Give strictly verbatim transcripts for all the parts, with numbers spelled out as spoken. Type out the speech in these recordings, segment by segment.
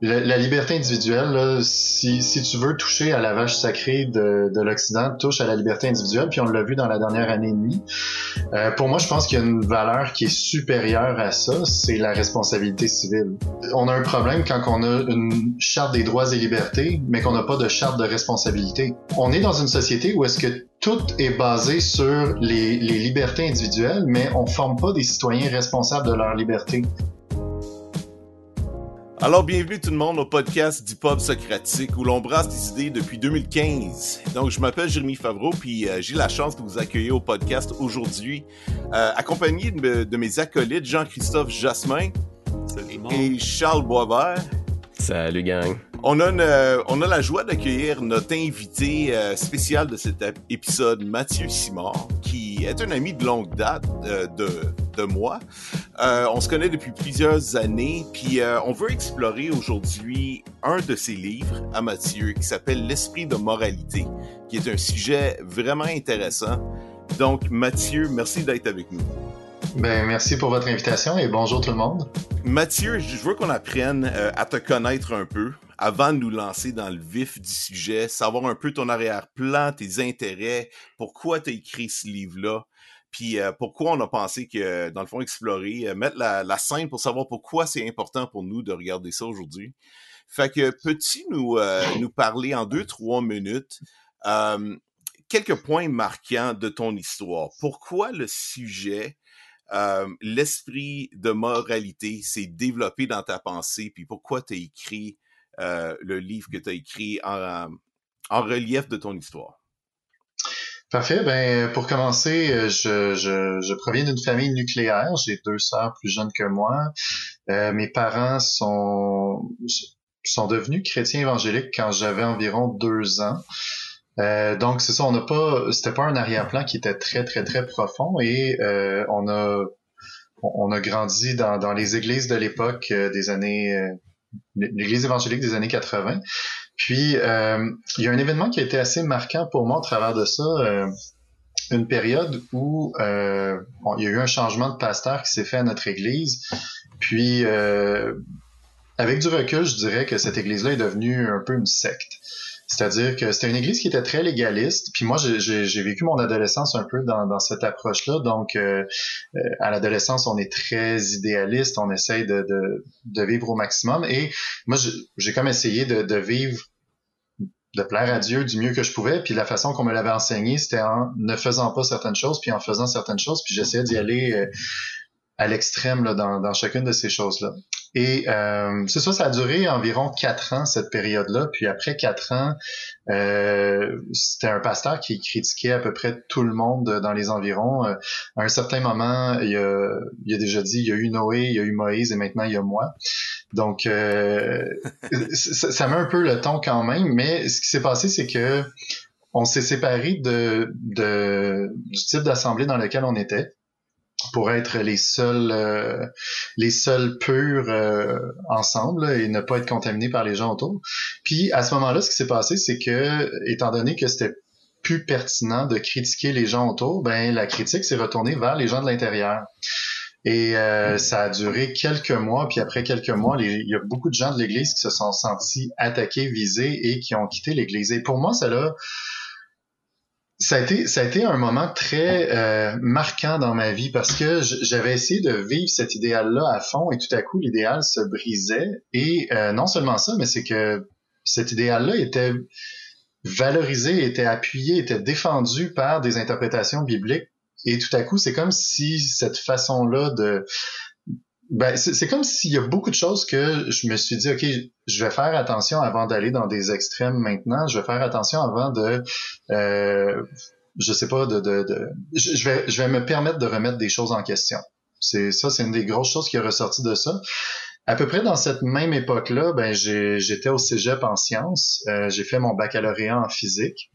La, la liberté individuelle, là, si, si tu veux toucher à la vache sacrée de, de l'Occident, touche à la liberté individuelle, puis on l'a vu dans la dernière année et demie. Euh, pour moi, je pense qu'il y a une valeur qui est supérieure à ça, c'est la responsabilité civile. On a un problème quand on a une charte des droits et libertés, mais qu'on n'a pas de charte de responsabilité. On est dans une société où est-ce que tout est basé sur les, les libertés individuelles, mais on forme pas des citoyens responsables de leur liberté. Alors, bienvenue tout le monde au podcast du Pub Socratique où l'on brasse des idées depuis deux mille quinze. Donc, je m'appelle Jérémy Favreau, puis euh, j'ai la chance de vous accueillir au podcast aujourd'hui, euh, accompagné de, de mes acolytes Jean-Christophe Jasmin et Charles Boisvert. Salut gang! On a, une, euh, on a la joie d'accueillir notre invité euh, spécial de cet épisode, Mathieu Simard, qui est un ami de longue date euh, de, de moi. Euh, on se connaît depuis plusieurs années, puis euh, on veut explorer aujourd'hui un de ses livres à Mathieu qui s'appelle « L'esprit de moralité », qui est un sujet vraiment intéressant. Donc, Mathieu, merci d'être avec nous. Ben, merci pour votre invitation et bonjour tout le monde. Mathieu, je veux qu'on apprenne euh, à te connaître un peu avant de nous lancer dans le vif du sujet, savoir un peu ton arrière-plan, tes intérêts, pourquoi tu as écrit ce livre-là, puis euh, pourquoi on a pensé que, dans le fond, explorer, euh, mettre la, la scène pour savoir pourquoi c'est important pour nous de regarder ça aujourd'hui. Fait que, peux-tu nous, euh, nous parler en deux, trois minutes euh, quelques points marquants de ton histoire? Pourquoi le sujet... Euh, l'esprit de moralité s'est développé dans ta pensée, puis pourquoi tu as écrit euh, le livre que tu as écrit en, en relief de ton histoire? Parfait. Ben, pour commencer, je, je, je proviens d'une famille nucléaire. J'ai deux sœurs plus jeunes que moi. Euh, mes parents sont, sont devenus chrétiens évangéliques quand j'avais environ deux ans. Euh, donc c'est ça, on n'a pas, c'était pas un arrière-plan qui était très très très profond et euh, on a on a grandi dans, dans les églises de l'époque euh, des années euh, l'église évangélique des années quatre-vingts. Puis euh, il y a un événement qui a été assez marquant pour moi au travers de ça, euh, une période où euh, bon, il y a eu un changement de pasteur qui s'est fait à notre église. Puis euh, avec du recul, je dirais que cette église-là est devenue un peu une secte. C'est-à-dire que c'était une église qui était très légaliste. Puis moi, j'ai, j'ai, j'ai vécu mon adolescence un peu dans, dans cette approche-là. Donc, euh, à l'adolescence, on est très idéaliste. On essaye de, de, de vivre au maximum. Et moi, j'ai, j'ai comme essayé de, de vivre, de plaire à Dieu du mieux que je pouvais. Puis la façon qu'on me l'avait enseigné, c'était en ne faisant pas certaines choses, puis en faisant certaines choses. Puis j'essayais d'y aller euh, à l'extrême là, dans, dans chacune de ces choses-là. Et euh, c'est ça, ça a duré environ quatre ans, cette période-là. Puis après quatre ans, euh, c'était un pasteur qui critiquait à peu près tout le monde dans les environs. Euh, à un certain moment, il a, il a déjà dit, il y a eu Noé, il y a eu Moïse et maintenant il y a moi. Donc, euh, ça, ça met un peu le ton quand même. Mais ce qui s'est passé, c'est que on s'est séparés de, de, du type d'assemblée dans lequel on était, pour être les seuls euh, les seuls purs euh, ensemble là, et ne pas être contaminés par les gens autour. Puis à ce moment-là, ce qui s'est passé, c'est que étant donné que c'était plus pertinent de critiquer les gens autour, ben la critique s'est retournée vers les gens de l'intérieur. Et euh, ça a duré quelques mois, puis après quelques mois, les, il y a beaucoup de gens de l'Église qui se sont sentis attaqués, visés et qui ont quitté l'Église. Et pour moi, ça l'a Ça a été, ça a été un moment très euh, marquant dans ma vie parce que j'avais essayé de vivre cet idéal-là à fond et tout à coup, l'idéal se brisait. Et euh, non seulement ça, mais c'est que cet idéal-là était valorisé, était appuyé, était défendu par des interprétations bibliques. Et tout à coup, c'est comme si cette façon-là de... Ben, c'est, c'est comme s'il y a beaucoup de choses que je me suis dit, OK, je vais faire attention avant d'aller dans des extrêmes maintenant. Je vais faire attention avant de, euh, je sais pas, de, de, de je, je vais, je vais me permettre de remettre des choses en question. C'est ça, c'est une des grosses choses qui est ressortie de ça. À peu près dans cette même époque-là, ben, j'ai, j'étais au cégep en sciences. Euh, j'ai fait mon baccalauréat en physique.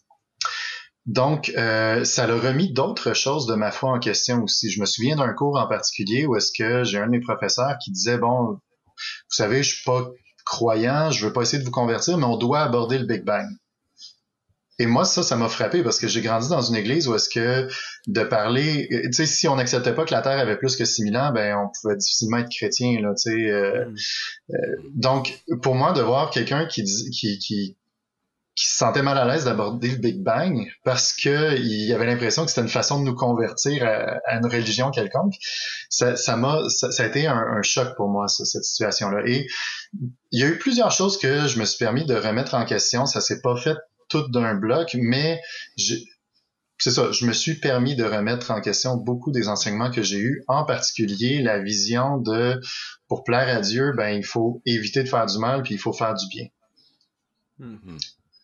Donc, euh, ça l'a remis d'autres choses de ma foi en question aussi. Je me souviens d'un cours en particulier où est-ce que j'ai un de mes professeurs qui disait, bon, vous savez, je suis pas croyant, je veux pas essayer de vous convertir, mais on doit aborder le Big Bang. Et moi, ça, ça m'a frappé parce que j'ai grandi dans une église où est-ce que de parler, tu sais, si on n'acceptait pas que la Terre avait plus que six mille ans, ben on pouvait difficilement être chrétien, là, tu sais. Euh, Hmm. donc, pour moi, de voir quelqu'un qui, dit- qui, qui, qui se sentait mal à l'aise d'aborder le Big Bang parce que il avait l'impression que c'était une façon de nous convertir à, à une religion quelconque, ça, ça m'a, ça, ça a été un, un choc pour moi, ça, cette situation-là. Et il y a eu plusieurs choses que je me suis permis de remettre en question. Ça s'est pas fait tout d'un bloc, mais j'ai, c'est ça, je me suis permis de remettre en question beaucoup des enseignements que j'ai eus, en particulier la vision de, pour plaire à Dieu, ben il faut éviter de faire du mal, puis il faut faire du bien. Mhm.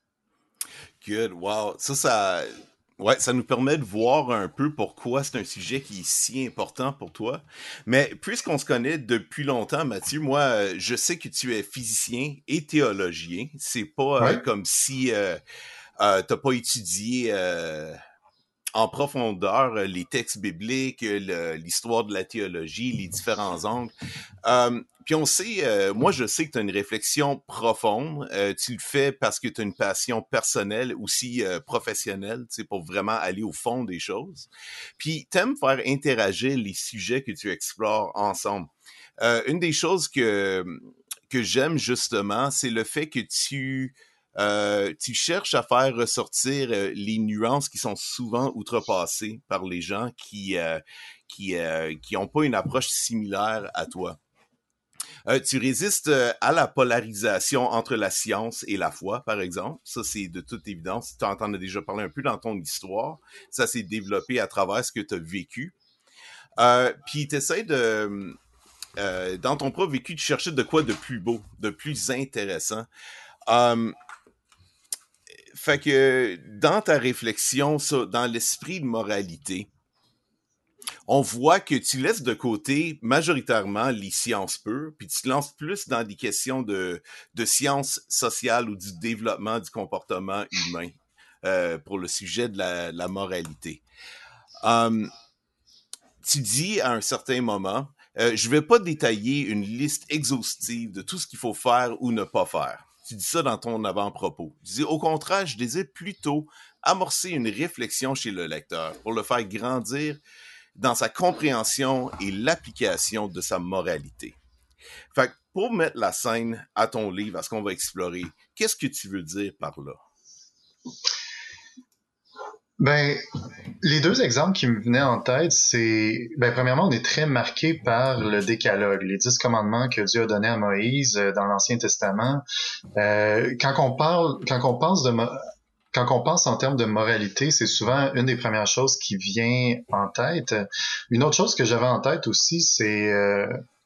Good, wow. Ça, ça, ouais, ça nous permet de voir un peu pourquoi c'est un sujet qui est si important pour toi. Mais puisqu'on se connaît depuis longtemps, Mathieu, moi, euh, je sais que tu es physicien et théologien. C'est pas euh, Ouais. comme si euh, euh, t'as pas étudié euh, en profondeur euh, les textes bibliques, le- l'histoire de la théologie, les différents angles. Euh, puis on sait, euh, moi je sais que tu as une réflexion profonde. Euh, tu le fais parce que tu as une passion personnelle, aussi euh, professionnelle, tu sais, pour vraiment aller au fond des choses. Puis t'aimes faire interagir les sujets que tu explores ensemble. Euh, une des choses que que j'aime justement, c'est le fait que tu euh, tu cherches à faire ressortir euh, les nuances qui sont souvent outrepassées par les gens qui euh, qui euh, qui ont pas une approche similaire à toi. Euh, tu résistes euh, à la polarisation entre la science et la foi, par exemple. Ça, c'est de toute évidence. Tu en as déjà parlé un peu dans ton histoire. Ça s'est développé à travers ce que tu as vécu. Euh, Puis tu essaies de, euh, dans ton propre vécu, de chercher de quoi de plus beau, de plus intéressant. Um, Fait que dans ta réflexion, ça, dans l'esprit de moralité, on voit que tu laisses de côté majoritairement les sciences pures, puis tu te lances plus dans des questions de, de sciences sociales ou du développement du comportement humain euh, pour le sujet de la, la moralité. Um, Tu dis à un certain moment, euh, je vais pas détailler une liste exhaustive de tout ce qu'il faut faire ou ne pas faire. Tu dis ça dans ton avant-propos. Tu dis, au contraire, je désire plutôt amorcer une réflexion chez le lecteur pour le faire grandir dans sa compréhension et l'application de sa moralité. Fait que pour mettre la scène à ton livre, à ce qu'on va explorer, qu'est-ce que tu veux dire par là? Ben, les deux exemples qui me venaient en tête, c'est, ben, premièrement, on est très marqué par le décalogue, les dix commandements que Dieu a donnés à Moïse euh, dans l'Ancien Testament. Euh, quand on parle, quand on pense de, mo- quand on pense en termes de moralité, c'est souvent une des premières choses qui vient en tête. Une autre chose que j'avais en tête aussi, c'est euh,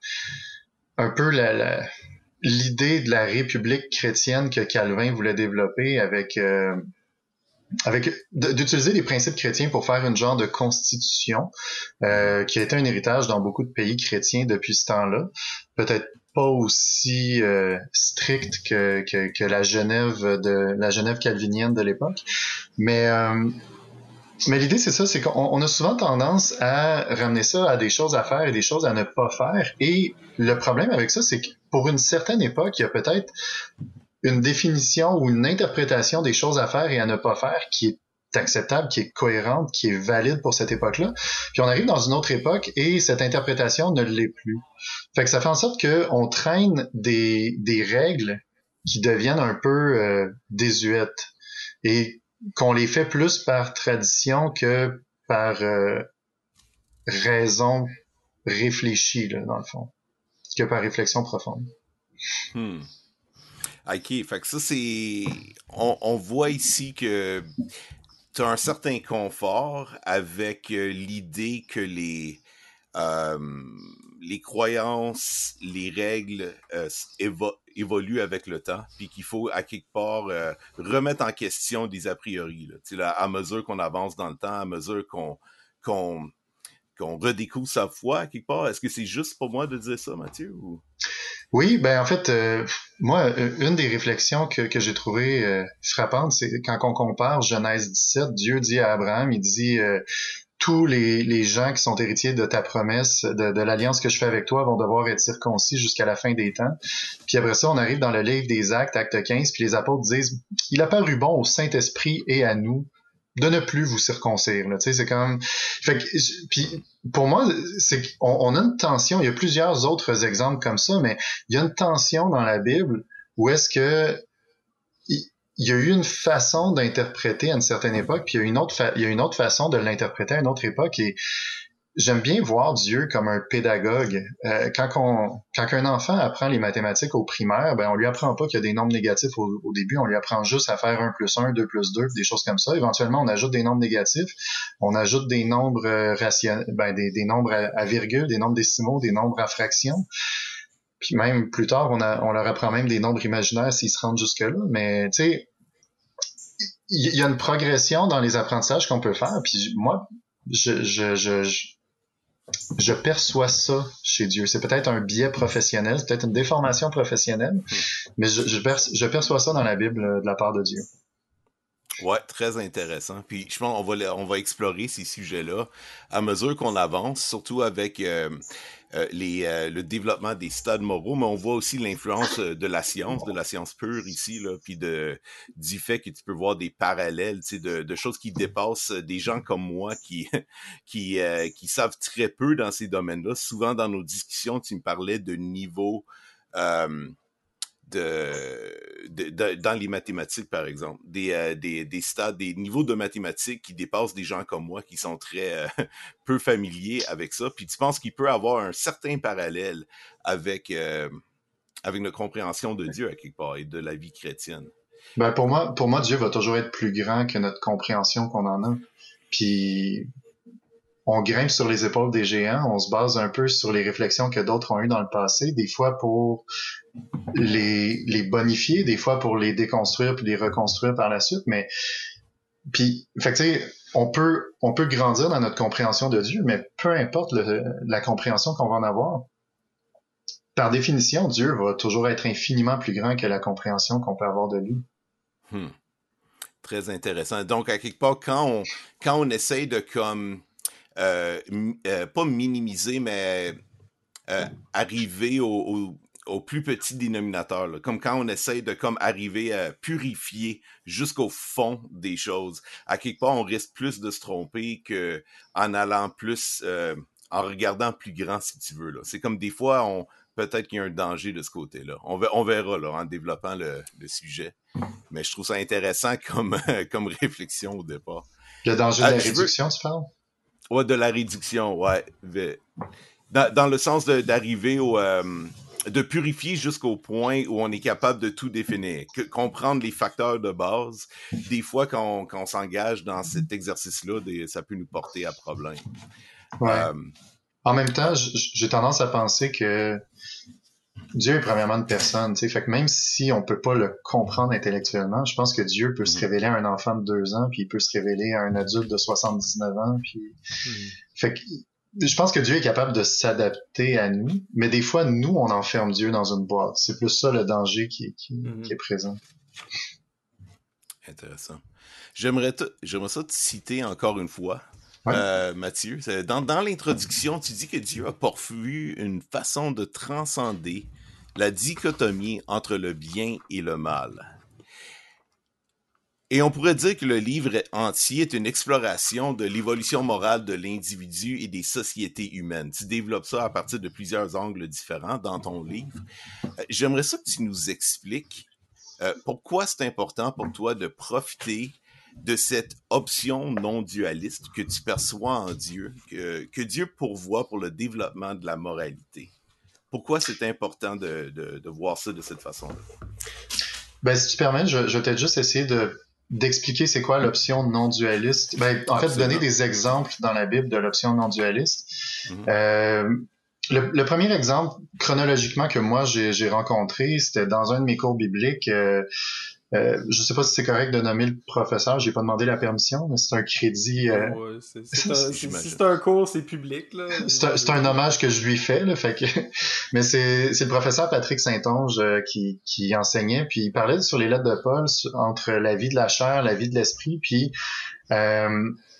un peu la, la- l'idée de la République chrétienne que Calvin voulait développer avec euh, avec d'utiliser les principes chrétiens pour faire une genre de constitution Mhm. euh, qui a été un héritage dans beaucoup de pays chrétiens depuis ce temps-là. Peut-être pas aussi euh, strict que, que, que la Genève de la Genève calvinienne de l'époque, mais euh, mais l'idée c'est ça, c'est qu'on on a souvent tendance à ramener ça à des choses à faire et des choses à ne pas faire. Et le problème avec ça, c'est que pour une certaine époque, il y a peut-être une définition ou une interprétation des choses à faire et à ne pas faire qui est acceptable, qui est cohérente, qui est valide pour cette époque-là. Puis on arrive dans une autre époque et cette interprétation ne l'est plus. Fait que ça fait en sorte qu'on traîne des, des règles qui deviennent un peu euh, désuètes et qu'on les fait plus par tradition que par euh, raison réfléchie, là, dans le fond, que par réflexion profonde. Hmm. OK, fait que ça, c'est... On, on voit ici que tu as un certain confort avec euh, l'idée que les, euh, les croyances, les règles euh, évo- évoluent avec le temps, puis qu'il faut à quelque part euh, remettre en question des a priori. Là. Tu sais, là, à mesure qu'on avance dans le temps, à mesure qu'on qu'on qu'on redécouvre sa foi à quelque part. Est-ce que c'est juste pour moi de dire ça, Mathieu? Ou... Oui, ben en fait, euh, moi, euh, une des réflexions que, que j'ai trouvées euh, frappantes, c'est quand on compare Genèse dix-sept, Dieu dit à Abraham, il dit euh, tous les, les gens qui sont héritiers de ta promesse, de, de l'alliance que je fais avec toi, vont devoir être circoncis jusqu'à la fin des temps. Puis après ça, on arrive dans le livre des Actes, acte quinze, puis les apôtres disent, il a paru bon au Saint-Esprit et à nous de ne plus vous circoncire. Là. Tu sais, c'est comme... Fait que, puis pour moi, c'est qu'on on a une tension. Il y a plusieurs autres exemples comme ça, mais il y a une tension dans la Bible où est-ce que il, il y a eu une façon d'interpréter à une certaine époque, puis il y a une autre, fa- il y a une autre façon de l'interpréter à une autre époque. Et j'aime bien voir Dieu comme un pédagogue. Euh, quand, on, quand un enfant apprend les mathématiques au primaire, ben on lui apprend pas qu'il y a des nombres négatifs au, au début, on lui apprend juste à faire un plus un, deux plus deux, des choses comme ça. Éventuellement, on ajoute des nombres négatifs, on ajoute des nombres euh, rationnels, ben des, des nombres à, à virgule, des nombres décimaux, des nombres à fractions. Puis même plus tard, on, a, on leur apprend même des nombres imaginaires s'ils se rendent jusque-là. Mais tu sais, il y, y a une progression dans les apprentissages qu'on peut faire. Puis moi, je, je, je, je Je perçois ça chez Dieu. C'est peut-être un biais professionnel, c'est peut-être une déformation professionnelle, mais je, je, perçois, je perçois ça dans la Bible de la part de Dieu. Ouais, très intéressant. Puis je pense qu'on va, on va explorer ces sujets-là à mesure qu'on avance, surtout avec euh, euh, les, euh, le développement des stades moraux, mais on voit aussi l'influence de la science, de la science pure ici, là, puis de, du fait que tu peux voir des parallèles, tu sais, de, de choses qui dépassent des gens comme moi qui, qui, euh, qui savent très peu dans ces domaines-là. Souvent dans nos discussions, tu me parlais de niveau... Euh, De, de, de, dans les mathématiques, par exemple, des, euh, des, des stades, des niveaux de mathématiques qui dépassent des gens comme moi qui sont très euh, peu familiers avec ça. Puis tu penses qu'il peut avoir un certain parallèle avec, euh, avec notre compréhension de Dieu à quelque part et de la vie chrétienne. Ben pour moi, pour moi, Dieu va toujours être plus grand que notre compréhension qu'on en a. Puis on grimpe sur les épaules des géants, on se base un peu sur les réflexions que d'autres ont eues dans le passé, des fois pour les, les bonifier, des fois pour les déconstruire puis les reconstruire par la suite, mais puis, fait que tu sais, on peut, on peut grandir dans notre compréhension de Dieu, mais peu importe le, la compréhension qu'on va en avoir, par définition, Dieu va toujours être infiniment plus grand que la compréhension qu'on peut avoir de lui. Hmm. Très intéressant. Donc, à quelque part, quand on, quand on essaye de comme Euh, euh, pas minimiser, mais euh, arriver au, au, au plus petit dénominateur. Là. Comme quand on essaye de comme arriver à purifier jusqu'au fond des choses. À quelque part, on risque plus de se tromper qu'en allant plus, euh, en regardant plus grand, si tu veux. Là. C'est comme des fois, on peut-être qu'il y a un danger de ce côté-là. On, ver, on verra là, en développant le, le sujet. Mais je trouve ça intéressant comme, comme réflexion au départ. Le danger de la euh, réduction, veux... tu parles? Ouais, de la réduction, ouais. Dans, dans le sens de, d'arriver au... Euh, de purifier jusqu'au point où on est capable de tout définir. Que, comprendre les facteurs de base. Des fois, quand on, quand on s'engage dans cet exercice-là, des, ça peut nous porter à problème. Ouais. Euh, en même temps, j'ai tendance à penser que Dieu est premièrement une personne, tu sais, fait que même si on peut pas le comprendre intellectuellement, je pense que Dieu peut mm-hmm. se révéler à un enfant de deux ans, puis il peut se révéler à un adulte de soixante-dix-neuf ans, puis mm-hmm. fait que je pense que Dieu est capable de s'adapter à nous, mais des fois nous on enferme Dieu dans une boîte. C'est plus ça le danger qui, qui, mm-hmm. qui est présent. Intéressant. J'aimerais, t- j'aimerais ça te citer encore une fois. Ouais. Euh, Mathieu, dans, dans l'introduction, tu dis que Dieu a pourvu une façon de transcender la dichotomie entre le bien et le mal. Et on pourrait dire que le livre entier est une exploration de l'évolution morale de l'individu et des sociétés humaines. Tu développes ça à partir de plusieurs angles différents dans ton livre. Euh, j'aimerais ça que tu nous expliques euh, pourquoi c'est important pour toi de profiter de cette option non dualiste que tu perçois en Dieu, que, que Dieu pourvoit pour le développement de la moralité. Pourquoi c'est important de, de, de voir ça de cette façon-là? Ben, si tu permets, je, je vais peut-être juste essayer de, d'expliquer c'est quoi l'option non dualiste. Ben, en Absolument. fait, donner des exemples dans la Bible de l'option non dualiste. Mm-hmm. Euh, le, le premier exemple, chronologiquement, que moi j'ai, j'ai rencontré, c'était dans un de mes cours bibliques. Euh, Euh, je sais pas si c'est correct de nommer le professeur, j'ai pas demandé la permission, mais c'est un crédit. Euh... Ouais, c'est, c'est un, c'est, si c'est un cours, c'est public là. c'est, un, c'est un hommage que je lui fais là, fait que. Mais c'est, c'est le professeur Patrick Saint-Onge euh, qui, qui enseignait, puis il parlait sur les lettres de Paul entre la vie de la chair, la vie de l'esprit, puis euh,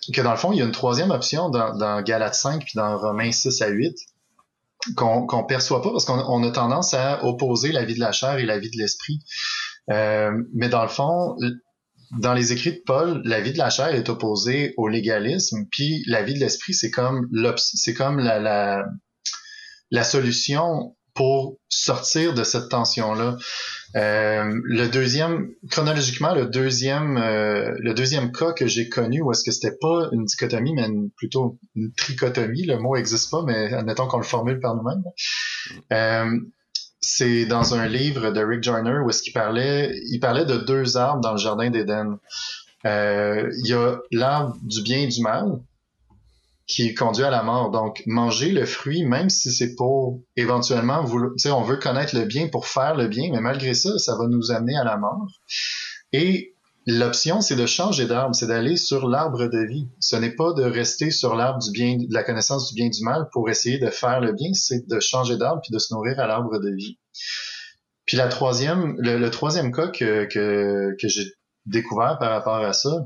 que dans le fond, il y a une troisième option dans, dans Galates cinq puis dans Romains six à huit qu'on qu'on perçoit pas parce qu'on on a tendance à opposer la vie de la chair et la vie de l'esprit. Euh, mais dans le fond, dans les écrits de Paul, la vie de la chair est opposée au légalisme, puis la vie de l'esprit, c'est comme c'est comme la, la la solution pour sortir de cette tension-là. Euh, le deuxième, chronologiquement, le deuxième, euh, le deuxième cas que j'ai connu où est-ce que c'était pas une dichotomie, mais une, plutôt une trichotomie, le mot existe pas, mais admettons qu'on le formule par nous-mêmes. Euh, c'est dans un livre de Rick Joyner où est-ce qu'il parlait, il parlait de deux arbres dans le jardin d'Éden. Euh, il y a l'arbre du bien et du mal, qui conduit à la mort. Donc, manger le fruit, même si c'est pour éventuellement, tu sais, on veut connaître le bien pour faire le bien, mais malgré ça, ça va nous amener à la mort. Et l'option, c'est de changer d'arbre, c'est d'aller sur l'arbre de vie. Ce n'est pas de rester sur l'arbre du bien, de la connaissance du bien et du mal pour essayer de faire le bien, c'est de changer d'arbre puis de se nourrir à l'arbre de vie. Puis la troisième, le, le troisième cas que, que, que j'ai découvert par rapport à ça,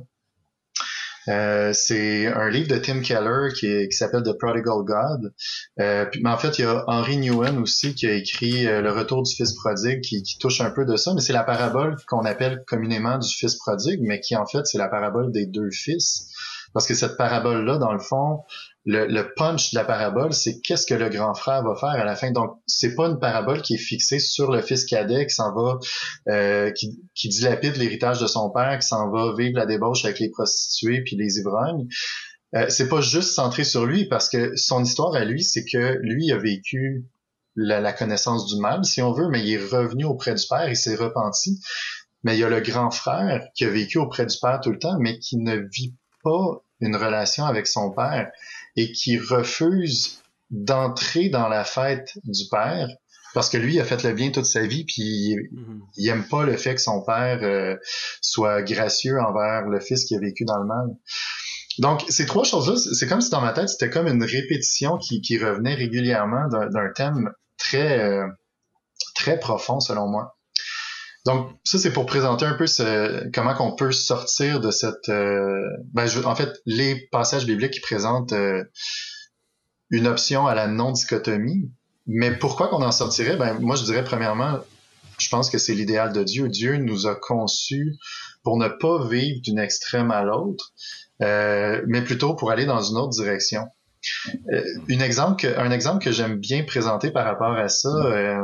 Euh, c'est un livre de Tim Keller qui, est, qui s'appelle The Prodigal God. Euh, puis, mais en fait, il y a Henry Newen aussi qui a écrit euh, Le Retour du Fils prodigue qui, qui touche un peu de ça, mais c'est la parabole qu'on appelle communément du Fils prodigue, mais qui en fait, c'est la parabole des deux fils. Parce que cette parabole-là, dans le fond, le, le punch de la parabole, c'est qu'est-ce que le grand frère va faire à la fin. Donc, c'est pas une parabole qui est fixée sur le fils cadet qui s'en va, euh, qui, qui dilapide l'héritage de son père, qui s'en va vivre la débauche avec les prostituées puis les ivrognes. Euh, c'est pas juste centré sur lui, parce que son histoire à lui, c'est que lui a vécu la, la connaissance du mal, si on veut, mais il est revenu auprès du père, il s'est repenti. Mais il y a le grand frère qui a vécu auprès du père tout le temps, mais qui ne vit pas une relation avec son père et qui refuse d'entrer dans la fête du père parce que lui il a fait le bien toute sa vie puis il, mm-hmm. il aime pas le fait que son père euh, soit gracieux envers le fils qui a vécu dans le mal. Donc ces trois choses-là, c'est comme si dans ma tête c'était comme une répétition qui, qui revenait régulièrement d'un, d'un thème très euh, très profond selon moi. Donc, ça, c'est pour présenter un peu ce, comment qu'on peut sortir de cette... Euh, ben, je, en fait, les passages bibliques qui présentent euh, une option à la non-dichotomie. Mais pourquoi qu'on en sortirait? Ben, moi, je dirais, premièrement, je pense que c'est l'idéal de Dieu. Dieu nous a conçus pour ne pas vivre d'une extrême à l'autre, euh, mais plutôt pour aller dans une autre direction. Euh, une exemple que, un exemple que j'aime bien présenter par rapport à ça... Euh,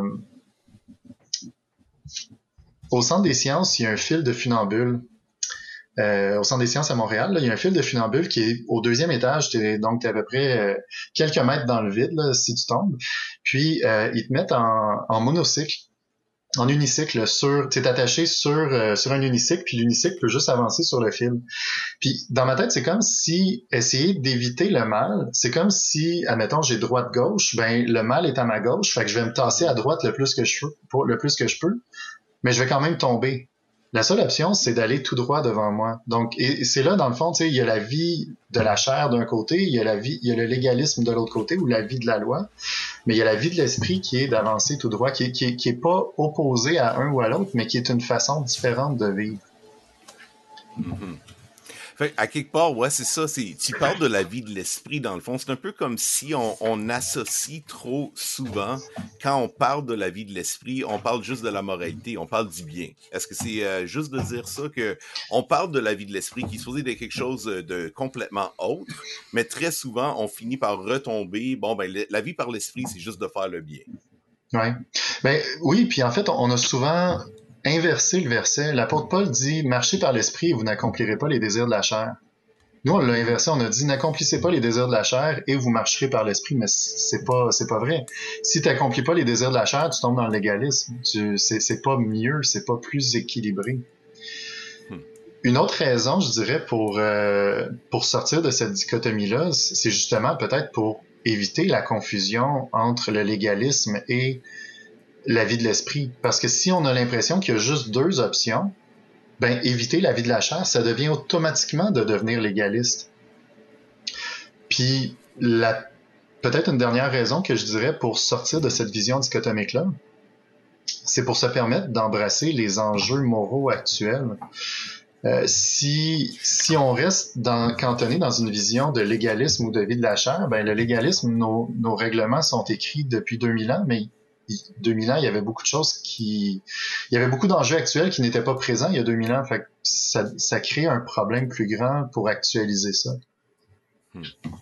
Au Centre des sciences, il y a un fil de funambule. Euh, au Centre des sciences à Montréal, là, il y a un fil de funambule qui est au deuxième étage. T'es, donc, tu es à peu près euh, quelques mètres dans le vide là, si tu tombes. Puis, euh, ils te mettent en, en monocycle, en unicycle. Sur, tu es attaché sur, euh, sur un unicycle, puis l'unicycle peut juste avancer sur le fil. Puis, dans ma tête, c'est comme si essayer d'éviter le mal, c'est comme si, admettons, j'ai droite-gauche, ben le mal est à ma gauche, fait que je vais me tasser à droite le plus que je peux, pour, le plus que je peux. Mais je vais quand même tomber. La seule option, c'est d'aller tout droit devant moi. Donc, et, et c'est là, dans le fond, tu sais, il y a la vie de la chair d'un côté, il y a la vie, il y a le légalisme de l'autre côté, ou la vie de la loi, mais il y a la vie de l'esprit qui est d'avancer tout droit, qui est, qui est, qui est pas opposée à un ou à l'autre, mais qui est une façon différente de vivre. Mm-hmm. Fait, à quelque part, ouais, c'est ça. C'est, tu parles de la vie de l'esprit, dans le fond. C'est un peu comme si on, on associe trop souvent, quand on parle de la vie de l'esprit, on parle juste de la moralité, on parle du bien. Est-ce que c'est euh, juste de dire ça, que on parle de la vie de l'esprit qui est supposé être quelque chose de complètement autre, mais très souvent, on finit par retomber. Bon, ben, la vie par l'esprit, c'est juste de faire le bien. Ouais. Ben, oui, puis en fait, on a souvent... inverser le verset. L'apôtre Paul dit « Marchez par l'esprit et vous n'accomplirez pas les désirs de la chair ». Nous, on l'a inversé, on a dit « N'accomplissez pas les désirs de la chair et vous marcherez par l'esprit ». Mais c'est pas, c'est pas vrai. Si tu n'accomplis pas les désirs de la chair, tu tombes dans le légalisme. Tu, c'est, c'est pas mieux, c'est pas plus équilibré. Hmm. Une autre raison, je dirais, pour, euh, pour sortir de cette dichotomie-là, c'est justement peut-être pour éviter la confusion entre le légalisme et la vie de l'esprit. Parce que si on a l'impression qu'il y a juste deux options, ben éviter la vie de la chair, ça devient automatiquement de devenir légaliste. Puis, la, peut-être une dernière raison que je dirais pour sortir de cette vision dichotomique-là, c'est pour se permettre d'embrasser les enjeux moraux actuels. euh, si si on reste dans, cantonné dans une vision de légalisme ou de vie de la chair, ben le légalisme, nos, nos règlements sont écrits depuis deux mille ans, mais deux mille ans, il y avait beaucoup de choses qui... Il y avait beaucoup d'enjeux actuels qui n'étaient pas présents il y a deux mille ans. Fait que ça, ça crée un problème plus grand pour actualiser ça. Hmm.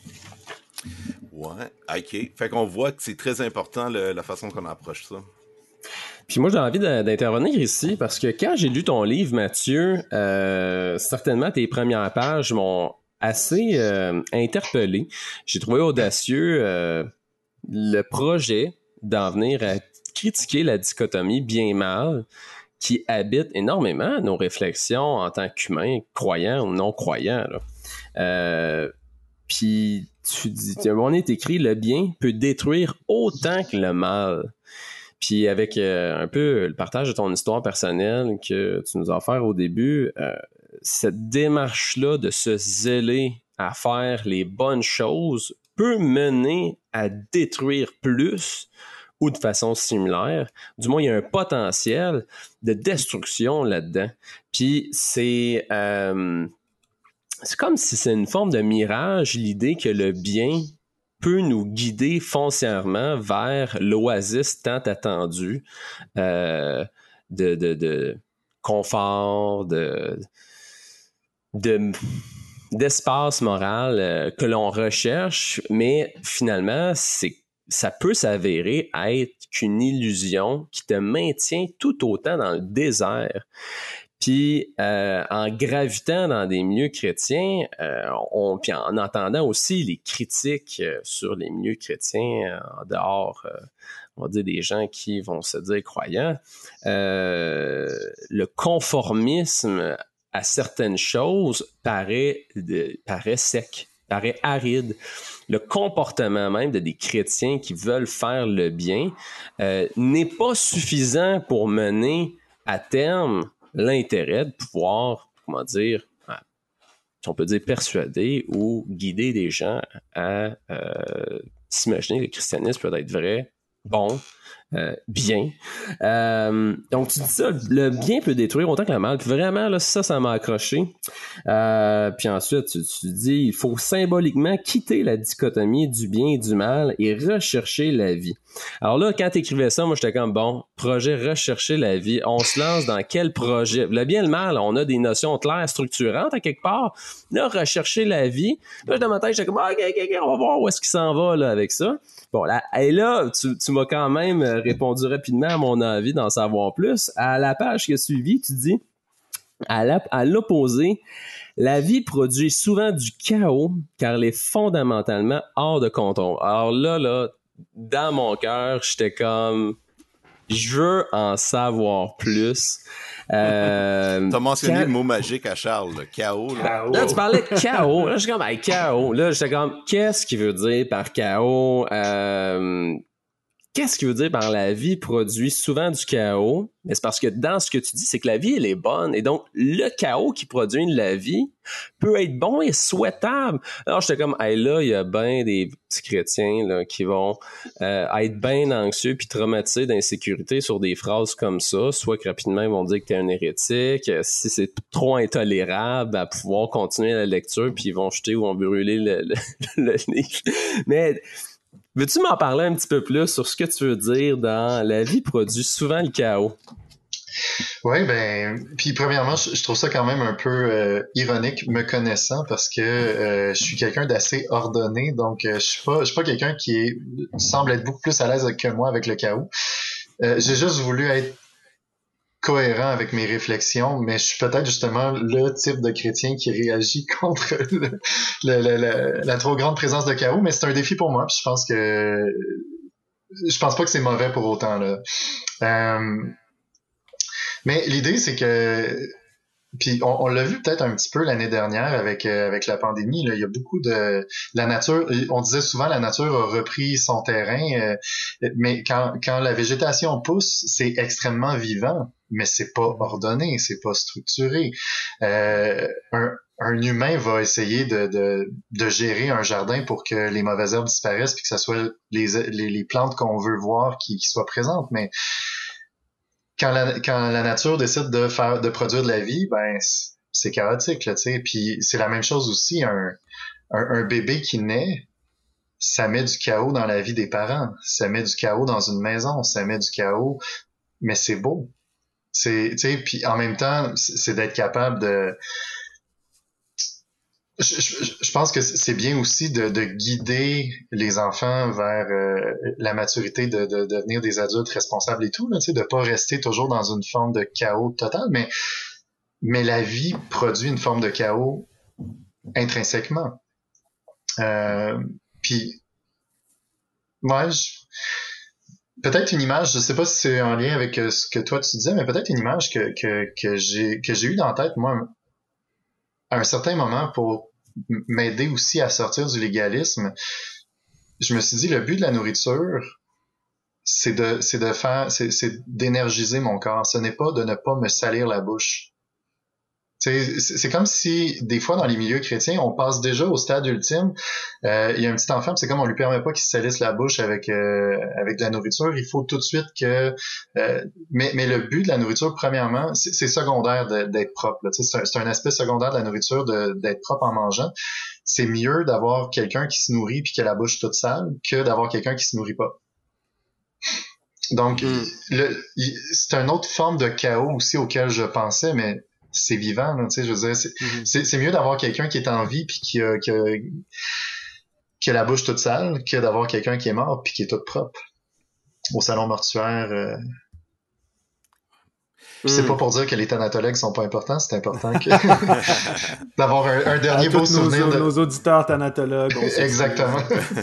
Ouais, OK. Fait qu'on voit que c'est très important le, la façon qu'on approche ça. Puis moi, j'ai envie de, d'intervenir ici parce que quand j'ai lu ton livre, Mathieu, euh, certainement tes premières pages m'ont assez euh, interpellé. J'ai trouvé audacieux euh, le projet d'en venir à critiquer la dichotomie bien-mal qui habite énormément nos réflexions en tant qu'humains, croyants ou non-croyants. Là. Euh, puis tu dis, à un moment donné, t'écris, le bien peut détruire autant que le mal. Puis avec euh, un peu le partage de ton histoire personnelle que tu nous as offert au début, euh, cette démarche-là de se zéler à faire les bonnes choses peut mener à détruire plus ou de façon similaire. Du moins, il y a un potentiel de destruction là-dedans. Puis c'est, euh, c'est comme si c'est une forme de mirage, l'idée que le bien peut nous guider foncièrement vers l'oasis tant attendue euh, de, de, de confort, de, de, d'espace moral euh, que l'on recherche, mais finalement, c'est, ça peut s'avérer être qu'une illusion qui te maintient tout autant dans le désert. Puis euh, en gravitant dans des milieux chrétiens, euh, on, puis en entendant aussi les critiques euh, sur les milieux chrétiens euh, en dehors, euh, on va dire des gens qui vont se dire croyants, euh, le conformisme à certaines choses paraît, de, paraît sec, paraît aride. Le comportement même de des chrétiens qui veulent faire le bien euh, n'est pas suffisant pour mener à terme l'intérêt de pouvoir, comment dire, on peut dire persuader ou guider des gens à euh, s'imaginer que le christianisme peut être vrai, bon, euh, bien. Euh, donc, tu dis ça, le bien peut détruire autant que le mal. Puis vraiment, là, ça, ça m'a accroché. Euh, puis ensuite, tu, tu dis, il faut symboliquement quitter la dichotomie du bien et du mal et rechercher la vie. Alors là, quand tu écrivais ça, moi, j'étais comme, bon, projet rechercher la vie. On se lance dans quel projet? Le bien et le mal, on a des notions claires, structurantes à quelque part. Là, rechercher la vie. Là, dans ma tête, j'étais comme, OK, OK, OK, on va voir où est-ce qu'il s'en va là, avec ça. Bon, là, et là, tu, tu m'as quand même répondu rapidement à mon envie d'en savoir plus. À la page qui a suivi, tu dis, à, la, à l'opposé, la vie produit souvent du chaos car elle est fondamentalement hors de contrôle. Alors là, là, dans mon cœur, j'étais comme, je veux en savoir plus. Euh, T'as mentionné quand... le mot magique à Charles, le chaos. Là, là tu parlais de chaos. Là, j'étais comme, hey, chaos. Là, j'étais comme, qu'est-ce qu'il veut dire par chaos? Euh, qu'est-ce qu'il veut dire par la vie produit souvent du chaos? Mais c'est parce que dans ce que tu dis, c'est que la vie, elle est bonne. Et donc, le chaos qui produit de la vie peut être bon et souhaitable. Alors, j'étais comme, hey, là, il y a bien des petits chrétiens là, qui vont euh, être bien anxieux puis traumatisés d'insécurité sur des phrases comme ça. Soit que rapidement, ils vont dire que t'es un hérétique. Si c'est trop intolérable à pouvoir continuer la lecture, puis ils vont jeter ou vont brûler le, le, le livre. Mais... veux-tu m'en parler un petit peu plus sur ce que tu veux dire dans la vie produit souvent le chaos? Oui, ben, puis premièrement, je, je trouve ça quand même un peu euh, ironique, me connaissant, parce que euh, je suis quelqu'un d'assez ordonné, donc euh, je suis pas, je suis pas quelqu'un qui est, semble être beaucoup plus à l'aise que moi avec le chaos. Euh, j'ai juste voulu être cohérent avec mes réflexions, mais je suis peut-être justement le type de chrétien qui réagit contre le, le, le, le, la trop grande présence de chaos, mais c'est un défi pour moi, puis je pense que je pense pas que c'est mauvais pour autant là. Euh, mais l'idée c'est que puis on, on l'a vu peut-être un petit peu l'année dernière avec euh, avec la pandémie là, il y a beaucoup de la nature, on disait souvent la nature a repris son terrain, euh, mais quand quand la végétation pousse, c'est extrêmement vivant, mais c'est pas ordonné, c'est pas structuré. Euh, un un humain va essayer de, de de gérer un jardin pour que les mauvaises herbes disparaissent puis que ça soit les les, les plantes qu'on veut voir qui, qui soient présentes, mais quand la, quand la nature décide de faire, de produire de la vie, ben, c'est chaotique, là, tu sais. Puis c'est la même chose aussi, un, un, un bébé qui naît, ça met du chaos dans la vie des parents, ça met du chaos dans une maison, ça met du chaos, mais c'est beau. C'est, tu sais, puis en même temps, c'est d'être capable de... Je, je, je pense que c'est bien aussi de, de guider les enfants vers euh, la maturité, de, de, de devenir des adultes responsables et tout, là, tu sais, de pas rester toujours dans une forme de chaos total, mais, mais la vie produit une forme de chaos intrinsèquement. Euh, puis, ouais, je, peut-être une image, je sais pas si c'est en lien avec ce que toi tu disais, mais peut-être une image que, que, que j'ai que j'ai eu dans la tête, moi, à un certain moment, pour m'aider aussi à sortir du légalisme. Je me suis dit, le but de la nourriture, c'est de c'est de faire, c'est, c'est d'énergiser mon corps. Ce n'est pas de ne pas me salir la bouche. C'est, c'est comme si, des fois, dans les milieux chrétiens, on passe déjà au stade ultime. Euh, il y a un petit enfant, c'est comme on lui permet pas qu'il se salisse la bouche avec euh, avec de la nourriture. Il faut tout de suite que... Euh, mais, mais le but de la nourriture, premièrement, c'est, c'est secondaire de, d'être propre. Là. C'est, un, c'est un aspect secondaire de la nourriture, de, d'être propre en mangeant. C'est mieux d'avoir quelqu'un qui se nourrit puis qui a la bouche toute sale que d'avoir quelqu'un qui se nourrit pas. Donc, mm. le, c'est une autre forme de chaos aussi auquel je pensais, mais c'est vivant, tu sais, je veux dire, c'est, mm-hmm. c'est, c'est mieux d'avoir quelqu'un qui est en vie puis qui a, qui a, qui a la bouche toute sale que d'avoir quelqu'un qui est mort puis qui est tout propre. Au salon mortuaire, euh... mm. c'est pas pour dire que les thanatologues sont pas importants, c'est important que d'avoir un, un dernier beau souvenir nos, de... nos auditeurs thanatologues. Exactement.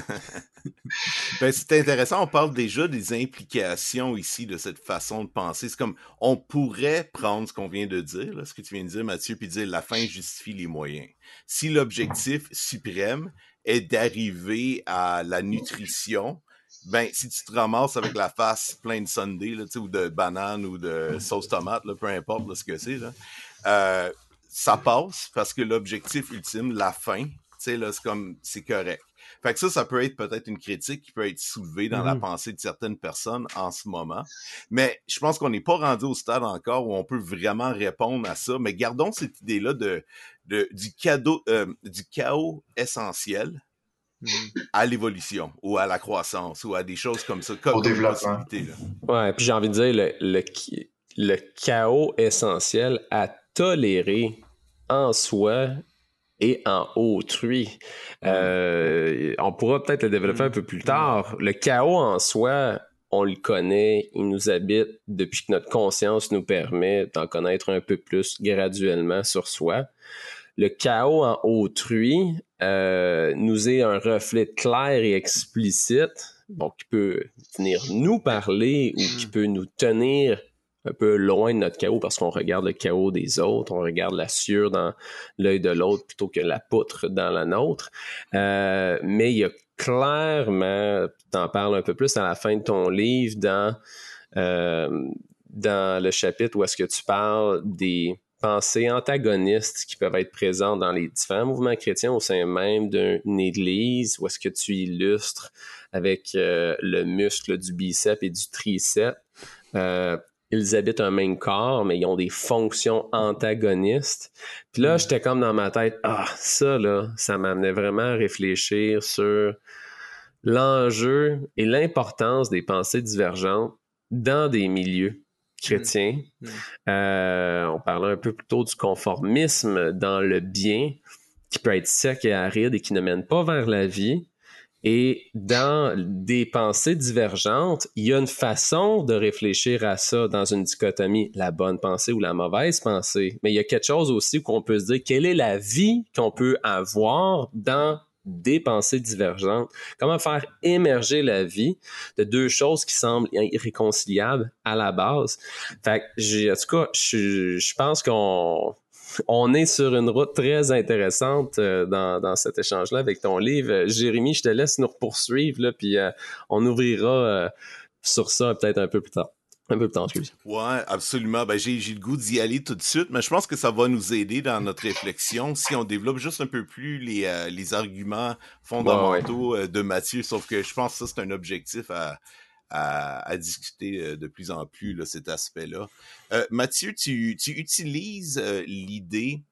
Ben, c'est intéressant, on parle déjà des implications ici de cette façon de penser. C'est comme, on pourrait prendre ce qu'on vient de dire, là, ce que tu viens de dire, Mathieu, puis dire la fin justifie les moyens. Si l'objectif suprême est d'arriver à la nutrition, ben, si tu te ramasses avec la face pleine de sundae, là, ou de bananes ou de sauce tomate, là, peu importe là, ce que c'est, là, euh, ça passe parce que l'objectif ultime, la fin, tu sais, là, c'est comme, c'est correct. Fait que ça, ça peut être peut-être une critique qui peut être soulevée dans mm-hmm. la pensée de certaines personnes en ce moment. Mais je pense qu'on n'est pas rendu au stade encore où on peut vraiment répondre à ça. Mais gardons cette idée-là de, de du cadeau, euh, du chaos essentiel mm-hmm. à l'évolution ou à la croissance ou à des choses comme ça, comme, au comme développement. Là. Ouais, puis j'ai envie de dire le, le, le chaos essentiel à tolérer en soi et en autrui. Euh, on pourra peut-être le développer un peu plus tard. Le chaos en soi, on le connaît, il nous habite depuis que notre conscience nous permet d'en connaître un peu plus graduellement sur soi. Le chaos en autrui euh, nous est un reflet clair et explicite, bon, qui peut venir nous parler ou qui peut nous tenir un peu loin de notre chaos parce qu'on regarde le chaos des autres, on regarde la sueur dans l'œil de l'autre plutôt que la poutre dans la nôtre. Euh, mais il y a clairement, tu en parles un peu plus à la fin de ton livre, dans, euh, dans le chapitre où est-ce que tu parles des pensées antagonistes qui peuvent être présentes dans les différents mouvements chrétiens au sein même d'une église, où est-ce que tu illustres avec euh, le muscle du biceps et du triceps. Euh, Ils habitent un même corps, mais ils ont des fonctions antagonistes. Puis là, j'étais comme dans ma tête, ah, ça, là, ça m'amenait vraiment à réfléchir sur l'enjeu et l'importance des pensées divergentes dans des milieux chrétiens. Mmh. Euh, on parlait un peu plus tôt du conformisme dans le bien, qui peut être sec et aride et qui ne mène pas vers la vie. Et dans des pensées divergentes, il y a une façon de réfléchir à ça dans une dichotomie, la bonne pensée ou la mauvaise pensée. Mais il y a quelque chose aussi où on peut se dire quelle est la vie qu'on peut avoir dans des pensées divergentes. Comment faire émerger la vie de deux choses qui semblent irréconciliables à la base. Fait que, j'ai, en tout cas, je, je pense qu'on On est sur une route très intéressante euh, dans, dans cet échange-là avec ton livre. Jérémy, je te laisse nous poursuivre, là, puis euh, on ouvrira euh, sur ça peut-être un peu plus tard. Un peu plus tard, excuse. Ouais, absolument. Ben, j'ai, j'ai le goût d'y aller tout de suite, mais je pense que ça va nous aider dans notre réflexion si on développe juste un peu plus les, euh, les arguments fondamentaux ouais, ouais. de Mathieu, sauf que je pense que ça, c'est un objectif à... À, à discuter de plus en plus là, cet aspect-là. Euh, Mathieu, tu, tu utilises euh, l'idée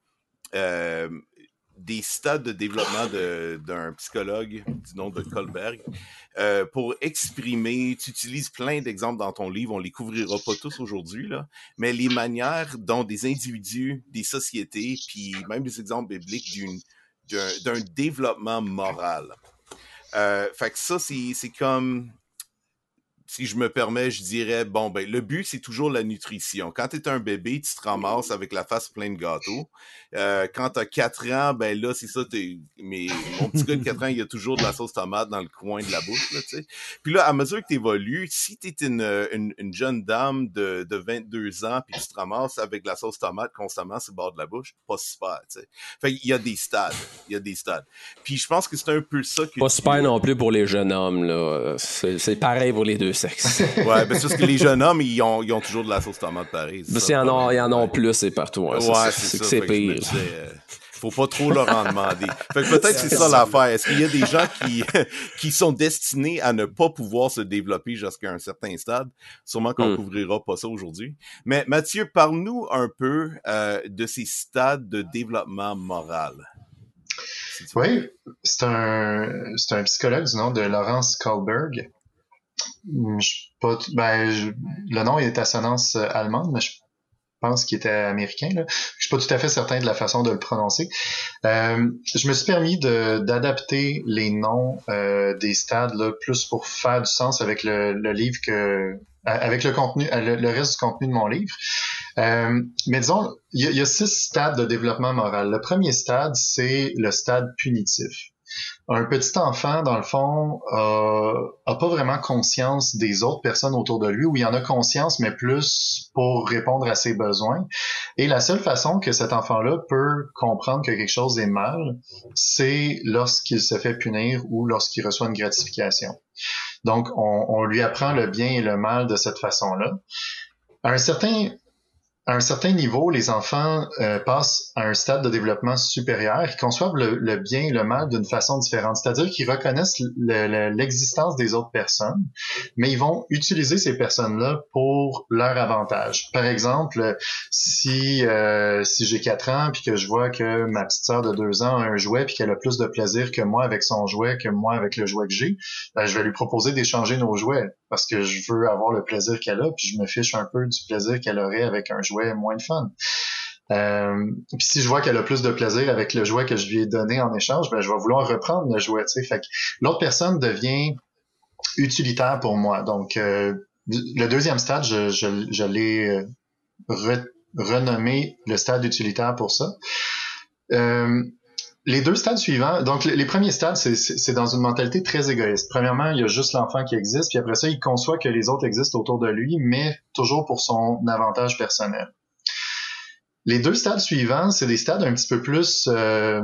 euh, des stades de développement de, d'un psychologue du nom de Kohlberg euh, pour exprimer, tu utilises plein d'exemples dans ton livre, on les couvrira pas tous aujourd'hui, là, mais les manières dont des individus, des sociétés, puis même des exemples bibliques d'une, d'un, d'un développement moral. Euh, fait que ça, c'est, c'est comme... Si je me permets, je dirais, bon, ben, le but, c'est toujours la nutrition. Quand t'es un bébé, tu te ramasses avec la face pleine de gâteaux. Euh, quand t'as quatre ans, ben là, c'est ça, t'es, mais mon petit gars de quatre ans, il y a toujours de la sauce tomate dans le coin de la bouche, là, tu sais. Puis là, à mesure que t'évolues, si t'es une, une, une jeune dame de, de vingt-deux ans, puis tu te ramasses avec de la sauce tomate constamment sur le bord de la bouche, pas super, tu sais. Fait qu'il y a des stades. Il y a des stades. Puis je pense que c'est un peu ça que Pas tu... super non plus pour les jeunes hommes, là. C'est, c'est pareil pour les deux sexe. Ouais, ben c'est parce que les jeunes hommes, ils ont, ils ont toujours de la sauce tomate pareil. Mais s'il y en a, il y en a plus, c'est partout. Hein. Ouais, c'est, c'est, c'est, ça. c'est pire. Que disais, euh, faut pas trop leur en demander. Fait que peut-être c'est ça l'affaire. Est-ce qu'il y a des gens qui, qui sont destinés à ne pas pouvoir se développer jusqu'à un certain stade? Sûrement qu'on mm. couvrira pas ça aujourd'hui. Mais Mathieu, parle-nous un peu euh, de ces stades de développement moral. Oui, c'est un, c'est un psychologue du nom de Lawrence Kohlberg. Je, pas, ben, je, le nom est assonance allemande, mais je pense qu'il était américain. Là. Je suis pas tout à fait certain de la façon de le prononcer. Euh, je me suis permis de, d'adapter les noms euh, des stades là, plus pour faire du sens avec le, le livre que, avec le contenu, le, le reste du contenu de mon livre. Euh, mais disons, il y, y a six stades de développement moral. Le premier stade, c'est le stade punitif. Un petit enfant, dans le fond, euh, a pas vraiment conscience des autres personnes autour de lui, ou il en a conscience, mais plus pour répondre à ses besoins. Et la seule façon que cet enfant-là peut comprendre que quelque chose est mal, c'est lorsqu'il se fait punir ou lorsqu'il reçoit une gratification. Donc, on, on lui apprend le bien et le mal de cette façon-là. À un certain À un certain niveau, les enfants euh, passent à un stade de développement supérieur, ils conçoivent le, le bien et le mal d'une façon différente. C'est-à-dire qu'ils reconnaissent le, le, l'existence des autres personnes, mais ils vont utiliser ces personnes-là pour leur avantage. Par exemple, si euh, si j'ai quatre ans puis que je vois que ma petite sœur de deux ans a un jouet puis qu'elle a plus de plaisir que moi avec son jouet que moi avec le jouet que j'ai, ben, je vais lui proposer d'échanger nos jouets parce que je veux avoir le plaisir qu'elle a puis je me fiche un peu du plaisir qu'elle aurait avec un jouet moins de fun. Euh, puis si je vois qu'elle a plus de plaisir avec le jouet que je lui ai donné en échange, ben je vais vouloir reprendre le jouet, tu sais. Fait que l'autre personne devient utilitaire pour moi. Donc euh, le deuxième stade, je, je, je l'ai re, renommé le stade utilitaire pour ça. Euh, Les deux stades suivants, donc les premiers stades, c'est, c'est, c'est dans une mentalité très égoïste. Premièrement, il y a juste l'enfant qui existe, puis après ça, il conçoit que les autres existent autour de lui, mais toujours pour son avantage personnel. Les deux stades suivants, c'est des stades un petit peu plus euh,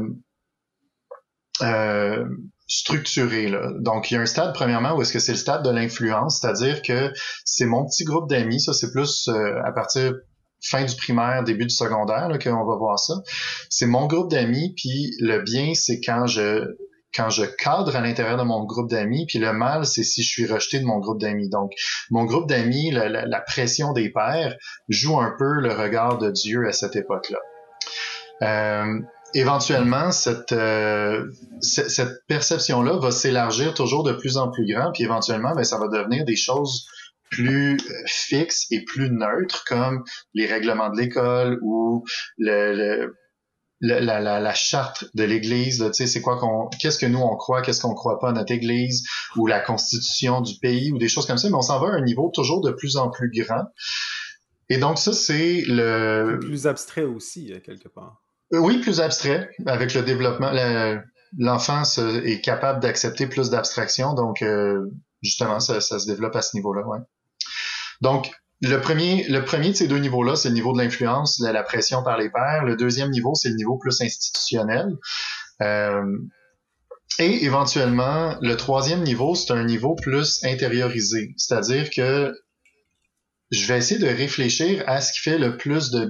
euh, structurés, là. Donc, il y a un stade, premièrement, où est-ce que c'est le stade de l'influence, c'est-à-dire que c'est mon petit groupe d'amis, ça c'est plus euh, à partir fin du primaire, début du secondaire, là, qu'on va voir ça. C'est mon groupe d'amis, puis le bien, c'est quand je quand je cadre à l'intérieur de mon groupe d'amis, puis le mal, c'est si je suis rejeté de mon groupe d'amis. Donc, mon groupe d'amis, la, la, la pression des pairs joue un peu le regard de Dieu à cette époque-là. Euh, éventuellement, cette, euh, c- cette perception-là va s'élargir toujours de plus en plus grand, puis éventuellement, ben, ça va devenir des choses plus fixes et plus neutres, comme les règlements de l'école ou le, le La, la, la, la charte de l'Église, tu sais, c'est quoi qu'on, qu'est-ce que nous on croit, qu'est-ce qu'on croit pas à notre Église, ou la constitution du pays, ou des choses comme ça, mais on s'en va à un niveau toujours de plus en plus grand. Et donc ça, c'est le... Plus abstrait aussi, quelque part. Oui, plus abstrait, avec le développement. La, l'enfant se, est capable d'accepter plus d'abstraction, donc euh, justement, ça, ça se développe à ce niveau-là, ouais. Donc, Le premier, le premier de ces deux niveaux-là, c'est le niveau de l'influence, la, la pression par les pairs. Le deuxième niveau, c'est le niveau plus institutionnel. Euh, et éventuellement, le troisième niveau, c'est un niveau plus intériorisé. C'est-à-dire que je vais essayer de réfléchir à ce qui fait le plus de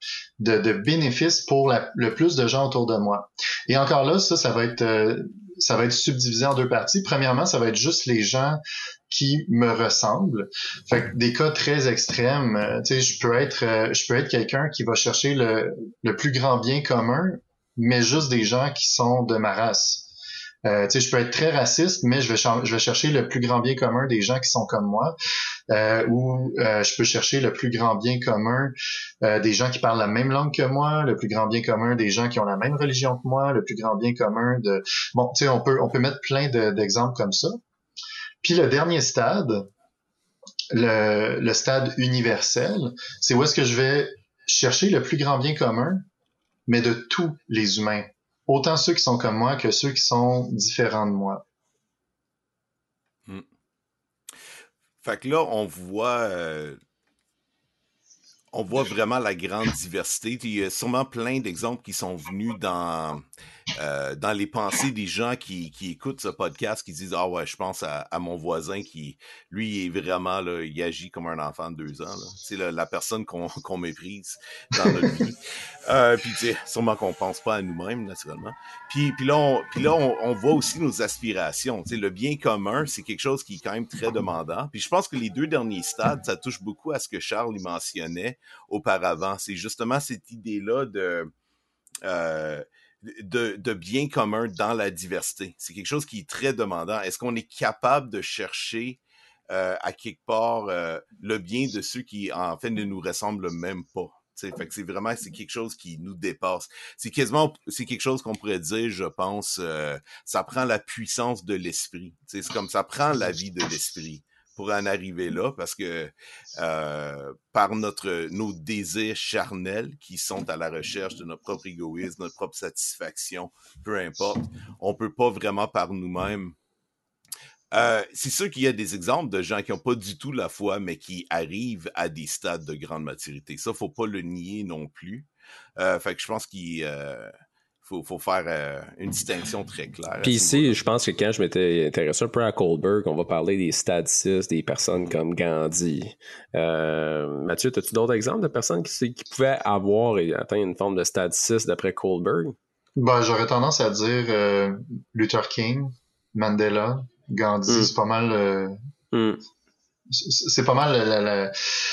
de, de bénéfices pour la, le plus de gens autour de moi. Et encore là, ça, ça va être, euh, ça va être subdivisé en deux parties. Premièrement, ça va être juste les gens qui me ressemblent. Fait que des cas très extrêmes, euh, tu sais, je peux être, euh, je peux être quelqu'un qui va chercher le, le plus grand bien commun, mais juste des gens qui sont de ma race. Euh, tu sais, je peux être très raciste, mais je vais, ch- je vais chercher le plus grand bien commun des gens qui sont comme moi, euh, ou euh, je peux chercher le plus grand bien commun euh, des gens qui parlent la même langue que moi, le plus grand bien commun des gens qui ont la même religion que moi, le plus grand bien commun de... Bon, tu sais, on peut, on peut mettre plein de, d'exemples comme ça. Puis le dernier stade, le, le stade universel, c'est où est-ce que je vais chercher le plus grand bien commun, mais de tous les humains. Autant ceux qui sont comme moi que ceux qui sont différents de moi. Hmm. Fait que là, on voit, euh, on voit vraiment la grande diversité. Il y a sûrement plein d'exemples qui sont venus dans, euh, dans les pensées des gens qui, qui écoutent ce podcast, qui disent « Ah ouais, je pense à, à mon voisin qui, lui, il est vraiment, là, il agit comme un enfant de deux ans. » C'est la, la personne qu'on qu'on méprise dans notre vie. Euh, puis tu sais, sûrement qu'on pense pas à nous-mêmes, naturellement. Puis, puis là, on, puis là on, on voit aussi nos aspirations. Tu sais, le bien commun, c'est quelque chose qui est quand même très demandant. Puis je pense que les deux derniers stades, ça touche beaucoup à ce que Charles y mentionnait auparavant. C'est justement cette idée-là de... Euh, De, de bien commun dans la diversité. C'est quelque chose qui est très demandant. Est-ce qu'on est capable de chercher euh, à quelque part euh, le bien de ceux qui, en fait, ne nous ressemblent même pas? T'sais, fait que c'est vraiment c'est quelque chose qui nous dépasse. C'est quasiment c'est quelque chose qu'on pourrait dire, je pense, euh, ça prend la puissance de l'esprit. T'sais, c'est comme ça prend la vie de l'esprit pour en arriver là, parce que euh, par notre nos désirs charnels qui sont à la recherche de notre propre égoïsme, notre propre satisfaction, peu importe, on peut pas vraiment par nous-mêmes. Euh, c'est sûr qu'il y a des exemples de gens qui n'ont pas du tout la foi, mais qui arrivent à des stades de grande maturité. Ça, faut pas le nier non plus. Euh, fait que je pense qu'il euh, faut, faut faire euh, une distinction très claire. Puis ici, je pense que quand je m'étais intéressé un peu à Kohlberg, on va parler des stades six, des personnes comme Gandhi. Euh, Mathieu, as-tu d'autres exemples de personnes qui, qui pouvaient avoir et atteindre une forme de stade six d'après Kohlberg? Ben, j'aurais tendance à dire euh, Luther King, Mandela, Gandhi, mm. c'est pas mal... Euh, mm. C'est pas mal la, la, la,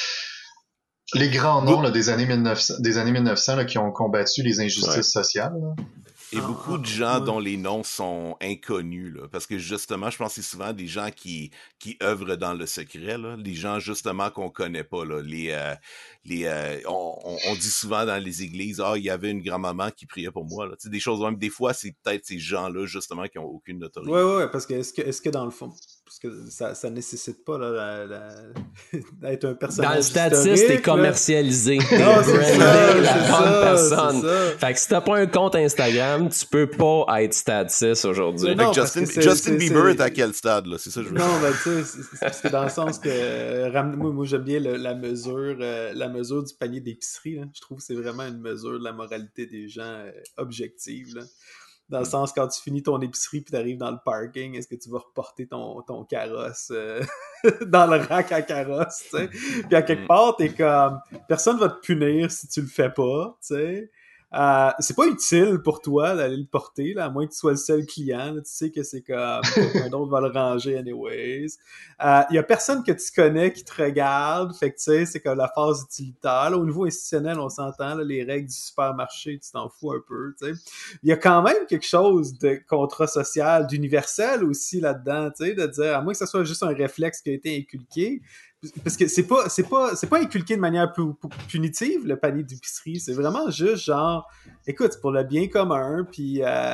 les grands noms là, des années mille neuf cents, des années mille neuf cents là, qui ont combattu les injustices ouais. sociales. Là. Et ah, beaucoup de gens ouais. dont les noms sont inconnus, là, parce que justement, je pense que c'est souvent des gens qui qui œuvrent dans le secret, là, les gens justement qu'on connaît pas, là, les euh, les euh, on, on, on dit souvent dans les églises, ah, il y avait une grand-maman qui priait pour moi, là, tu sais, des choses même des fois, c'est peut-être ces gens-là justement qui ont aucune notoriété. Ouais, ouais, parce que est-ce que est-ce que dans le fond, parce que ça ça nécessite pas là la, la... d'être un personnage dans le stade six, t'es commercialisé, t'es non, c'est brandé, ça, la c'est bonne ça, personne. C'est ça. Fait que si t'as pas un compte Instagram, tu peux pas être stade six aujourd'hui. Non, Justin, c'est, Justin c'est, Bieber c'est... est à quel stade, là? C'est ça que je veux dire. Non, ben, tu sais, c'est, c'est parce que dans le sens que, euh, moi, moi, j'aime bien le, la mesure, euh, la mesure du panier d'épicerie, là. Je trouve que c'est vraiment une mesure de la moralité des gens euh, objective, là. Dans le sens, quand tu finis ton épicerie puis t'arrives dans le parking, est-ce que tu vas reporter ton, ton carrosse euh, dans le rack à carrosse, tu sais? Puis à quelque part, t'es comme... Personne va te punir si tu le fais pas, tu sais? Euh, c'est pas utile pour toi d'aller le porter, là, à moins que tu sois le seul client. Là, tu sais que c'est comme quelqu'un d'autre va le ranger anyways. Il euh, y a personne que tu connais qui te regarde. Fait que tu sais, c'est comme la phase utilitaire. Là, au niveau institutionnel, on s'entend, là, les règles du supermarché, tu t'en fous un peu. Il y a quand même quelque chose de contrat social, d'universel aussi là-dedans, tu sais, de dire, à moins que ce soit juste un réflexe qui a été inculqué. Parce que c'est pas c'est pas c'est pas inculqué de manière punitive le panier d'épicerie, c'est vraiment juste genre écoute, c'est pour le bien commun, puis euh,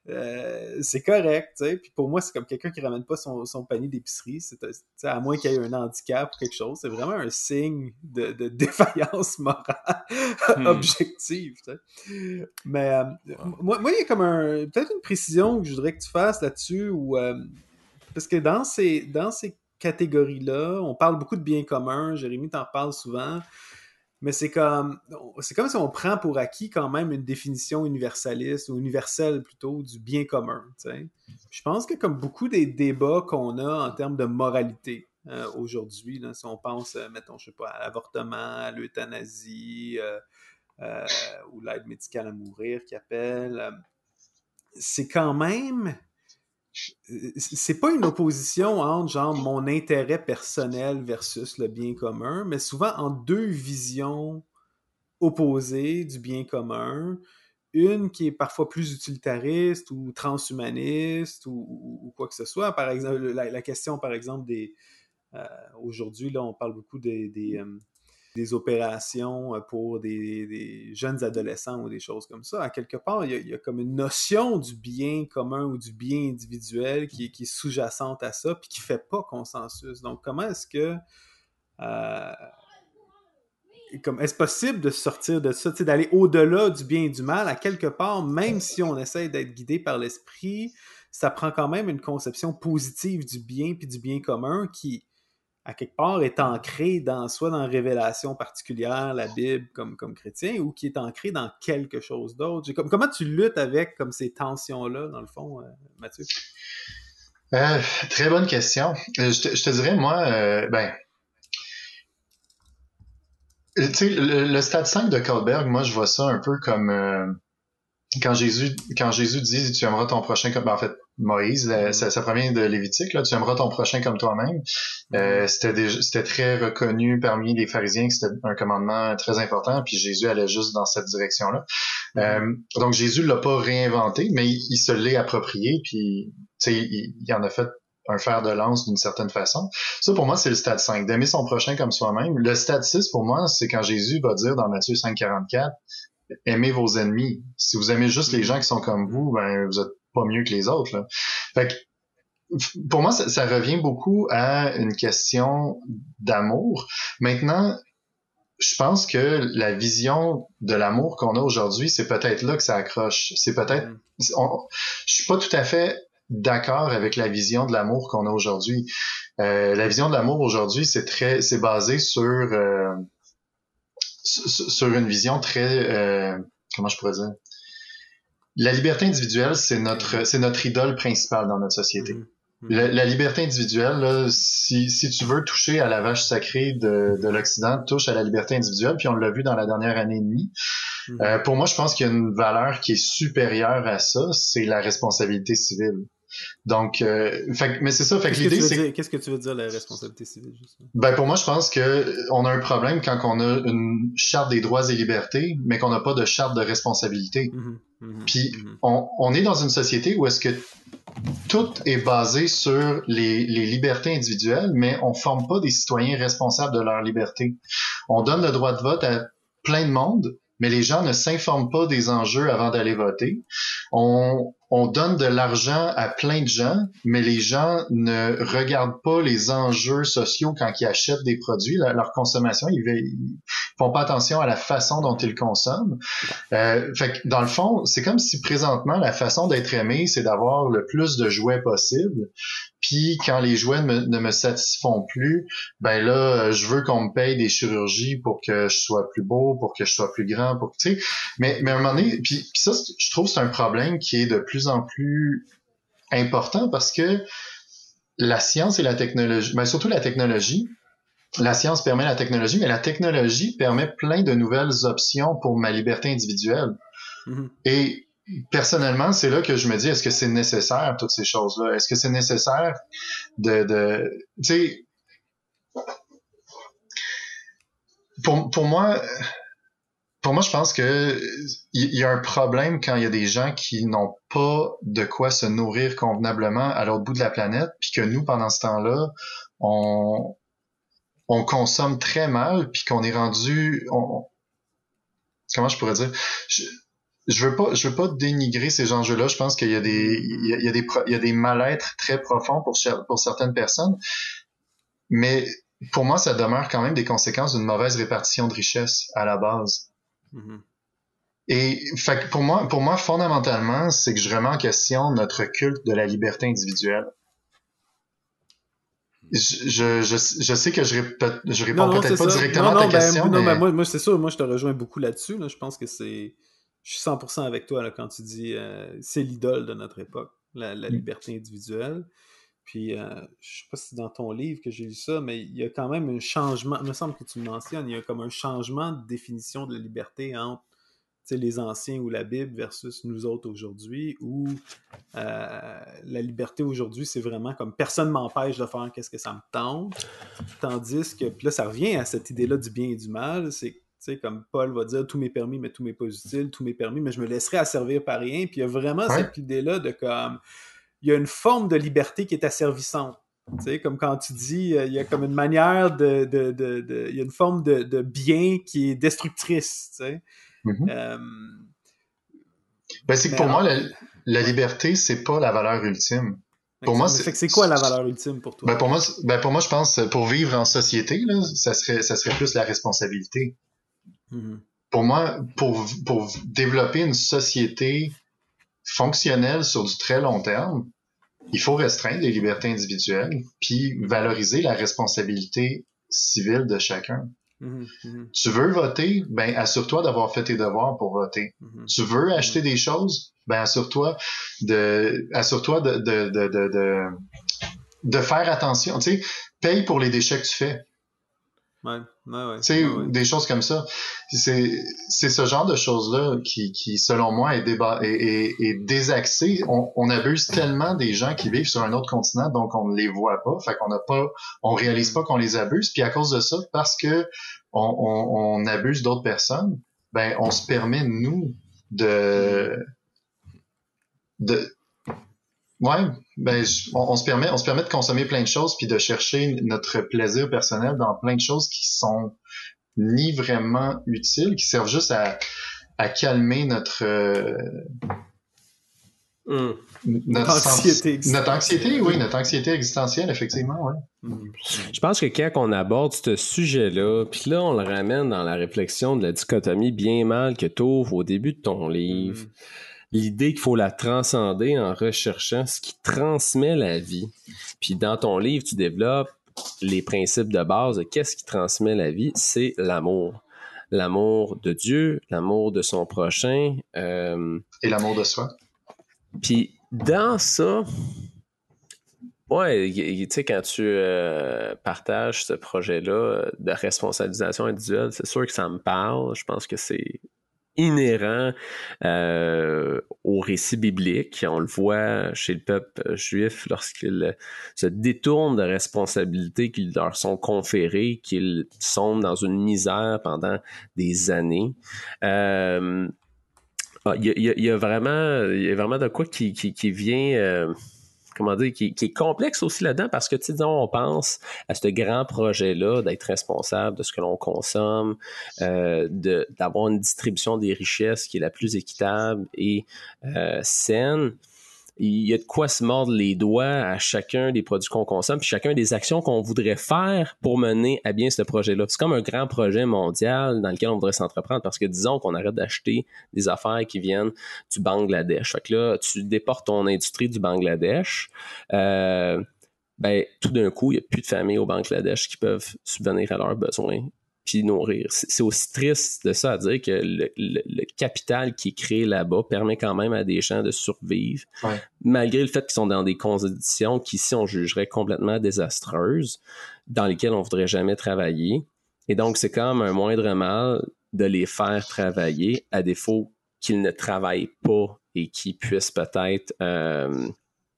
euh, c'est correct, tu sais. Puis pour moi, c'est comme quelqu'un qui ramène pas son, son panier d'épicerie, c'est, à moins qu'il y ait un handicap ou quelque chose, c'est vraiment un signe de, de défaillance morale hmm. objective, tu sais. Mais euh, wow. moi moi il y a comme un peut-être une précision que je voudrais que tu fasses là-dessus, ou euh, parce que dans ces dans ces catégorie-là, on parle beaucoup de bien commun, Jérémy t'en parle souvent, mais c'est comme c'est comme si on prend pour acquis quand même une définition universaliste ou universelle plutôt du bien commun, tu sais. Je pense que comme beaucoup des débats qu'on a en termes de moralité euh, aujourd'hui, là, si on pense, euh, mettons, je sais pas, à l'avortement, à l'euthanasie, euh, euh, ou l'aide médicale à mourir qu'ils appellent, euh, c'est quand même... C'est pas une opposition entre genre mon intérêt personnel versus le bien commun, mais souvent en deux visions opposées du bien commun. Une qui est parfois plus utilitariste ou transhumaniste ou, ou, ou quoi que ce soit. Par exemple, la, la question, par exemple, des... Euh, aujourd'hui, là, on parle beaucoup des... des euh, des opérations pour des, des jeunes adolescents ou des choses comme ça. À quelque part, il y a, il y a comme une notion du bien commun ou du bien individuel qui, qui est sous-jacente à ça puis qui ne fait pas consensus. Donc, comment est-ce que... Euh, comme, est-ce possible de sortir de ça, d'aller au-delà du bien et du mal? À quelque part, même si on essaie d'être guidé par l'esprit, ça prend quand même une conception positive du bien puis du bien commun qui... à quelque part, est ancré dans, soit dans une révélation particulière, la Bible, comme, comme chrétien, ou qui est ancré dans quelque chose d'autre. Comme, comment tu luttes avec comme ces tensions-là, dans le fond, euh, Mathieu? Euh, très bonne question. Euh, je, te, je te dirais, moi, euh, ben, tu sais, le, le stade cinq de Kohlberg, moi, je vois ça un peu comme... Euh, Quand Jésus, quand Jésus dit tu aimeras ton prochain comme, ben, en fait, Moïse, mm-hmm. ça, ça provient de Lévitique, là, tu aimeras ton prochain comme toi-même. Mm-hmm. Euh, c'était, déjà, c'était très reconnu parmi les pharisiens que c'était un commandement très important, puis Jésus allait juste dans cette direction-là. Mm-hmm. Euh, donc Jésus l'a pas réinventé, mais il, il se l'est approprié, puis tu sais, il, il en a fait un fer de lance d'une certaine façon. Ça, pour moi, c'est le stade cinq, d'aimer son prochain comme soi-même. Le stade six, pour moi, c'est quand Jésus va dire dans Matthieu cinq quarante-quatre, aimez vos ennemis. Si vous aimez juste les gens qui sont comme vous, ben vous êtes pas mieux que les autres, là. Fait que, pour moi, ça, ça revient beaucoup à une question d'amour. Maintenant, je pense que la vision de l'amour qu'on a aujourd'hui, c'est peut-être là que ça accroche. C'est peut-être... On, je suis pas tout à fait d'accord avec la vision de l'amour qu'on a aujourd'hui. Euh, la vision de l'amour aujourd'hui, c'est très, c'est basé sur... Euh, sur une vision très euh, comment je pourrais dire, la liberté individuelle, c'est notre c'est notre idole principale dans notre société. Mm-hmm. La, la liberté individuelle, là, si si tu veux toucher à la vache sacrée de de l'Occident, touche à la liberté individuelle, puis on l'a vu dans la dernière année et demie. Mm-hmm. Euh, pour moi, je pense qu'il y a une valeur qui est supérieure à ça, c'est la responsabilité civile. Donc, euh, fait, mais c'est ça. Fait que l'idée, c'est dire, qu'est-ce que tu veux dire la responsabilité civile, justement? Ben pour moi, je pense que on a un problème quand on a une charte des droits et libertés, mais qu'on n'a pas de charte de responsabilité. Mm-hmm, mm-hmm, Puis mm-hmm. on, on est dans une société où est-ce que tout est basé sur les, les libertés individuelles, mais on forme pas des citoyens responsables de leur liberté. On donne le droit de vote à plein de monde, mais les gens ne s'informent pas des enjeux avant d'aller voter. On, on donne de l'argent à plein de gens, mais les gens ne regardent pas les enjeux sociaux quand ils achètent des produits. La, leur consommation, ils, ils font pas attention à la façon dont ils consomment. Euh, fait que dans le fond, c'est comme si présentement, la façon d'être aimé, c'est d'avoir le plus de jouets possible. Puis quand les jouets ne me, ne me satisfont plus, ben là, je veux qu'on me paye des chirurgies pour que je sois plus beau, pour que je sois plus grand, pour tu sais. Mais, mais à un moment donné, puis, puis ça, je trouve que c'est un problème qui est de plus en plus important parce que la science et la technologie, ben surtout la technologie, la science permet la technologie, mais la technologie permet plein de nouvelles options pour ma liberté individuelle. Mm-hmm. Et personnellement, c'est là que je me dis, est-ce que c'est nécessaire, toutes ces choses-là? Est-ce que c'est nécessaire de... de tu sais, pour, pour moi, pour moi, je pense que il y a un problème quand il y a des gens qui n'ont pas de quoi se nourrir convenablement à l'autre bout de la planète, puis que nous, pendant ce temps-là, on, on consomme très mal, puis qu'on est rendu... On, comment je pourrais dire? Je, Je veux pas, je veux pas dénigrer ces enjeux-là. Je pense qu'il y a des, il y a, il y a des, il y a des mal-être très profonds pour pour certaines personnes. Mais pour moi, ça demeure quand même des conséquences d'une mauvaise répartition de richesse à la base. Mm-hmm. Et fait que pour moi, pour moi, fondamentalement, c'est que je remets en question notre culte de la liberté individuelle. Je, je, je, je sais que je, répète, je réponds non, non, peut-être pas ça. directement non, non, à ta ben, question. Non, mais... ben, moi, moi c'est sûr, moi, je te rejoins beaucoup là-dessus. Là. Je pense que c'est... Je suis cent pour cent avec toi là, quand tu dis euh, c'est l'idole de notre époque, la, la liberté individuelle. Puis, euh, je sais pas si c'est dans ton livre que j'ai lu ça, mais il y a quand même un changement, il me semble que tu le mentionnes, il y a comme un changement de définition de la liberté entre les anciens ou la Bible versus nous autres aujourd'hui, où euh, la liberté aujourd'hui, c'est vraiment comme personne m'empêche de faire qu'est-ce que ça me tente, tandis que, puis là, ça revient à cette idée-là du bien et du mal, c'est, tu sais, comme Paul va dire, tout m'est permis, mais tout m'est pas utile, tout m'est permis, mais je me laisserai asservir par rien, puis il y a vraiment ouais. cette idée-là de comme, il y a une forme de liberté qui est asservissante. Tu sais, comme quand tu dis, il y a comme une manière de, de, de, de il y a une forme de, de bien qui est destructrice, tu sais. Mm-hmm. Euh, ben, c'est que pour en... moi, la, la liberté, c'est pas la valeur ultime. Pour moi, c'est... Fait que c'est quoi la valeur ultime pour toi? Ben pour moi, ben pour moi, je pense, pour vivre en société, là, ça serait, ça serait plus la responsabilité. Mm-hmm. Pour moi, pour, pour développer une société fonctionnelle sur du très long terme, il faut restreindre les libertés individuelles, puis valoriser la responsabilité civile de chacun. Mm-hmm. Tu veux voter, ben assure-toi d'avoir fait tes devoirs pour voter. Mm-hmm. Tu veux acheter mm-hmm. des choses, ben assure-toi de assure-toi de de, de de de de faire attention, tu sais, paye pour les déchets que tu fais. Ouais, ouais, ouais. Tu sais, ouais, ouais. des choses comme ça. C'est c'est ce genre de choses-là qui qui selon moi est débat est, est, est désaxé. On, on abuse tellement des gens qui vivent sur un autre continent, donc on ne les voit pas, fait qu'on n'a pas on réalise pas qu'on les abuse, puis à cause de ça, parce que on, on, on abuse d'autres personnes, ben on se permet nous de de ouais, ben on, on se permet on se permet de consommer plein de choses puis de chercher notre plaisir personnel dans plein de choses qui sont ni vraiment utiles, qui servent juste à à calmer notre euh, mm. notre anxiété sens, notre anxiété, oui, notre anxiété existentielle, effectivement, ouais. Mm. Je pense que quand on aborde ce sujet-là, puis là on le ramène dans la réflexion de la dichotomie bien mal que tu ouvres au début de ton livre. Mm. L'idée qu'il faut la transcender en recherchant ce qui transmet la vie. Puis dans ton livre, tu développes les principes de base de qu'est-ce qui transmet la vie, c'est l'amour. L'amour de Dieu, l'amour de son prochain. Euh... Et l'amour de soi. Puis dans ça, ouais, tu sais, quand tu euh, partages ce projet-là de responsabilisation individuelle, c'est sûr que ça me parle. Je pense que c'est inhérent euh, au récit biblique. On le voit chez le peuple juif lorsqu'il se détourne de responsabilités qui leur sont conférées, qu'ils sont dans une misère pendant des années. Euh, il y a, il y a vraiment, il y a vraiment de quoi qui, qui, qui vient... Euh, comment dire, qui, qui est complexe aussi là-dedans parce que, tu sais, disons, on pense à ce grand projet-là d'être responsable de ce que l'on consomme, euh, de, d'avoir une distribution des richesses qui est la plus équitable et euh, saine. Il y a de quoi se mordre les doigts à chacun des produits qu'on consomme, puis chacun des actions qu'on voudrait faire pour mener à bien ce projet-là. C'est comme un grand projet mondial dans lequel on voudrait s'entreprendre parce que disons qu'on arrête d'acheter des affaires qui viennent du Bangladesh. Fait que là, tu déportes ton industrie du Bangladesh, euh, ben tout d'un coup, il n'y a plus de familles au Bangladesh qui peuvent subvenir à leurs besoins puis nourrir. C'est, c'est aussi triste de ça à dire que le, le, le capital qui est créé là-bas permet quand même à des gens de survivre, ouais. malgré le fait qu'ils sont dans des conditions qu'ici on jugerait complètement désastreuses, dans lesquelles on ne voudrait jamais travailler. Et donc, c'est comme un moindre mal de les faire travailler, à défaut qu'ils ne travaillent pas et qu'ils puissent peut-être... Euh,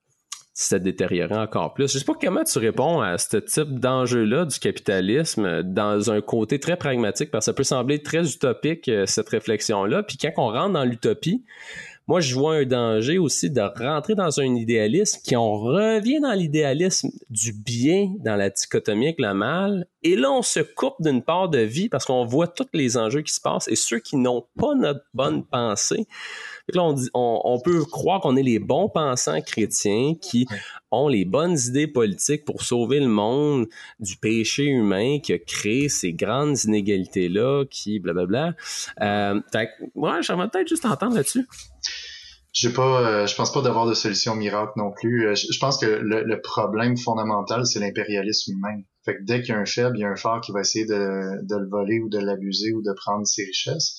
se détériorer encore plus. Je sais pas comment tu réponds à ce type d'enjeu-là du capitalisme dans un côté très pragmatique, parce que ça peut sembler très utopique, cette réflexion-là. Puis quand on rentre dans l'utopie, moi, je vois un danger aussi de rentrer dans un idéalisme, qui on revient dans l'idéalisme du bien, dans la dichotomie avec le mal, et là, on se coupe d'une part de vie parce qu'on voit tous les enjeux qui se passent, et ceux qui n'ont pas notre bonne pensée, là, on, dit, on, on peut croire qu'on est les bons pensants chrétiens qui ont les bonnes idées politiques pour sauver le monde du péché humain qui a créé ces grandes inégalités-là, qui blablabla. Euh, fait que, ouais, j'aimerais peut-être juste entendre là-dessus. J'ai pas, euh, je pense pas d'avoir de solution miracle non plus. Euh, je, je pense que le, le problème fondamental, c'est l'impérialisme humain. Fait que dès qu'il y a un faible, il y a un fort qui va essayer de, de le voler ou de l'abuser ou de prendre ses richesses.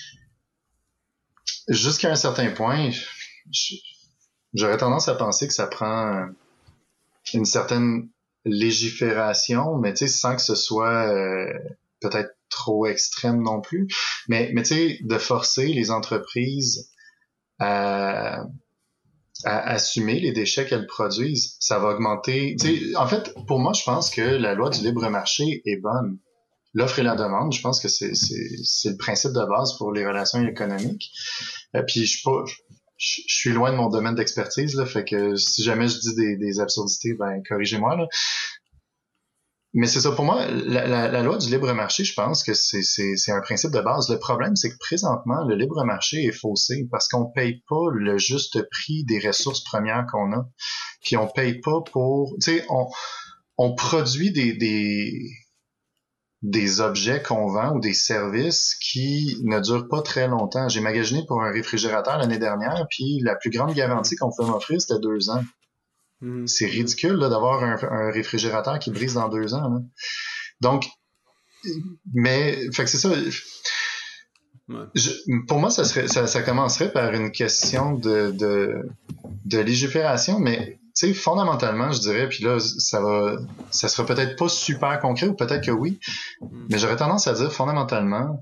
Jusqu'à un certain point, je, j'aurais tendance à penser que ça prend une certaine légifération, mais tu sais, sans que ce soit euh, peut-être trop extrême non plus. Mais, mais tu sais, de forcer les entreprises à, à assumer les déchets qu'elles produisent, ça va augmenter. Tu sais, en fait, pour moi, je pense que la loi du libre marché est bonne. L'offre et la demande, je pense que c'est, c'est, c'est le principe de base pour les relations économiques. Euh, puis je suis pas, je, je suis loin de mon domaine d'expertise, là, fait que si jamais je dis des, des absurdités, ben corrigez-moi, là. Mais c'est ça, pour moi, la, la, la loi du libre marché, je pense que c'est, c'est, c'est un principe de base. Le problème, c'est que présentement, le libre marché est faussé parce qu'on paye pas le juste prix des ressources premières qu'on a. Puis on paye pas pour, tu sais, on, on produit des, des, des objets qu'on vend ou des services qui ne durent pas très longtemps. J'ai magasiné pour un réfrigérateur l'année dernière, puis la plus grande garantie qu'on pouvait m'offrir, c'était deux ans. Mmh. C'est ridicule là, d'avoir un, un réfrigérateur qui brise dans deux ans. Là. Donc, mais, fait que c'est ça. Ouais. Je, pour moi, ça, serait, ça, ça commencerait par une question de, de, de légifération, mais tu sais, fondamentalement, je dirais, puis là, ça va, ça sera peut-être pas super concret, ou peut-être que oui, mais j'aurais tendance à dire, fondamentalement,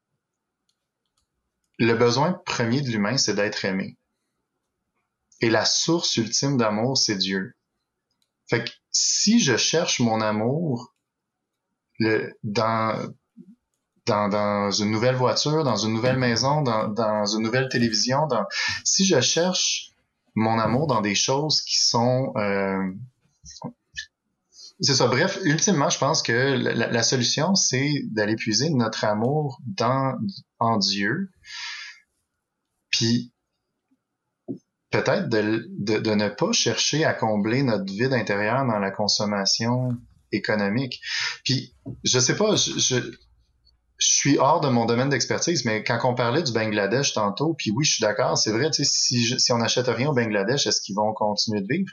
le besoin premier de l'humain, c'est d'être aimé. Et la source ultime d'amour, c'est Dieu. Fait que si je cherche mon amour le, dans, dans, dans une nouvelle voiture, dans une nouvelle maison, dans, dans une nouvelle télévision, dans, si je cherche mon amour dans des choses qui sont... Euh, c'est ça. Bref, ultimement, je pense que la, la solution, c'est d'aller puiser notre amour dans en Dieu. Puis peut-être de, de, de ne pas chercher à combler notre vide intérieur dans la consommation économique. Puis, je sais pas, je... je Je suis hors de mon domaine d'expertise, mais quand on parlait du Bangladesh tantôt, puis oui, je suis d'accord, c'est vrai, tu sais, si, je, si on n'achète rien au Bangladesh, est-ce qu'ils vont continuer de vivre?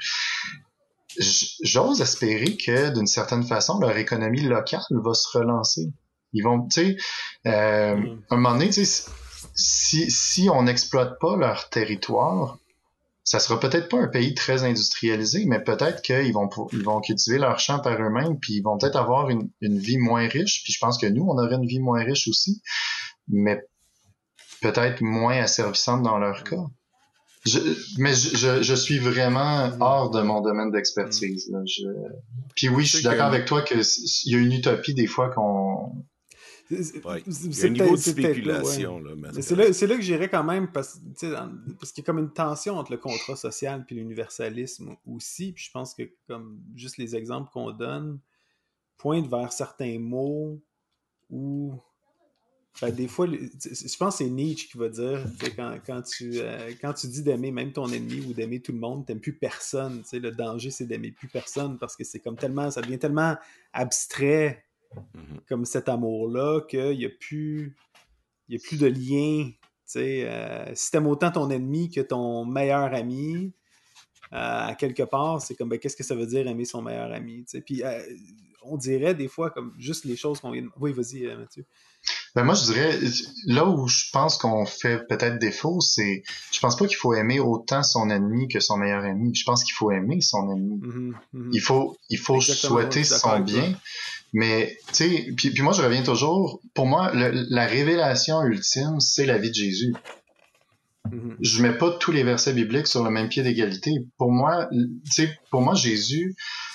J'ose espérer que, d'une certaine façon, leur économie locale va se relancer. Ils vont, tu sais, euh, mm. à un moment donné, tu sais, si, si on n'exploite pas leur territoire, ça sera peut-être pas un pays très industrialisé, mais peut-être qu'ils vont ils vont cultiver leurs champs par eux-mêmes, puis ils vont peut-être avoir une, une vie moins riche. Puis je pense que nous, on aurait une vie moins riche aussi, mais peut-être moins asservissante dans leur cas. Je, mais je, je, je suis vraiment hors de mon domaine d'expertise. Là. Je... Puis oui, je suis d'accord que... avec toi qu'il y a une utopie des fois qu'on... Ouais. Il y a un niveau de spéculation. Là, là, c'est, là, c'est là que j'irais quand même, parce, parce qu'il y a comme une tension entre le contrat social et l'universalisme aussi. Puis je pense que comme juste les exemples qu'on donne pointent vers certains mots où ben, des fois, je pense que c'est Nietzsche qui va dire quand, quand, tu, euh, quand tu dis d'aimer même ton ennemi ou d'aimer tout le monde, t'aimes plus personne. Le danger, c'est d'aimer plus personne parce que c'est comme tellement, ça devient tellement abstrait. Mm-hmm. Comme cet amour-là, qu'il n'y a plus il y a plus de lien. Euh, si t'aimes autant ton ennemi que ton meilleur ami, euh, à quelque part, c'est comme, ben, qu'est-ce que ça veut dire aimer son meilleur ami? Puis euh, on dirait des fois comme juste les choses qu'on vient de... Oui, vas-y, euh, Mathieu. Ben moi, je dirais, là où je pense qu'on fait peut-être défaut, c'est, je pense pas qu'il faut aimer autant son ennemi que son meilleur ami. Je pense qu'il faut aimer son ennemi. Mm-hmm, mm-hmm. Il faut, il faut souhaiter son bien. Mais, tu sais, puis, puis moi, je reviens toujours, pour moi, le, la révélation ultime, c'est la vie de Jésus. Mm-hmm. Je mets pas tous les versets bibliques sur le même pied d'égalité. Pour moi, tu sais, pour moi, Jésus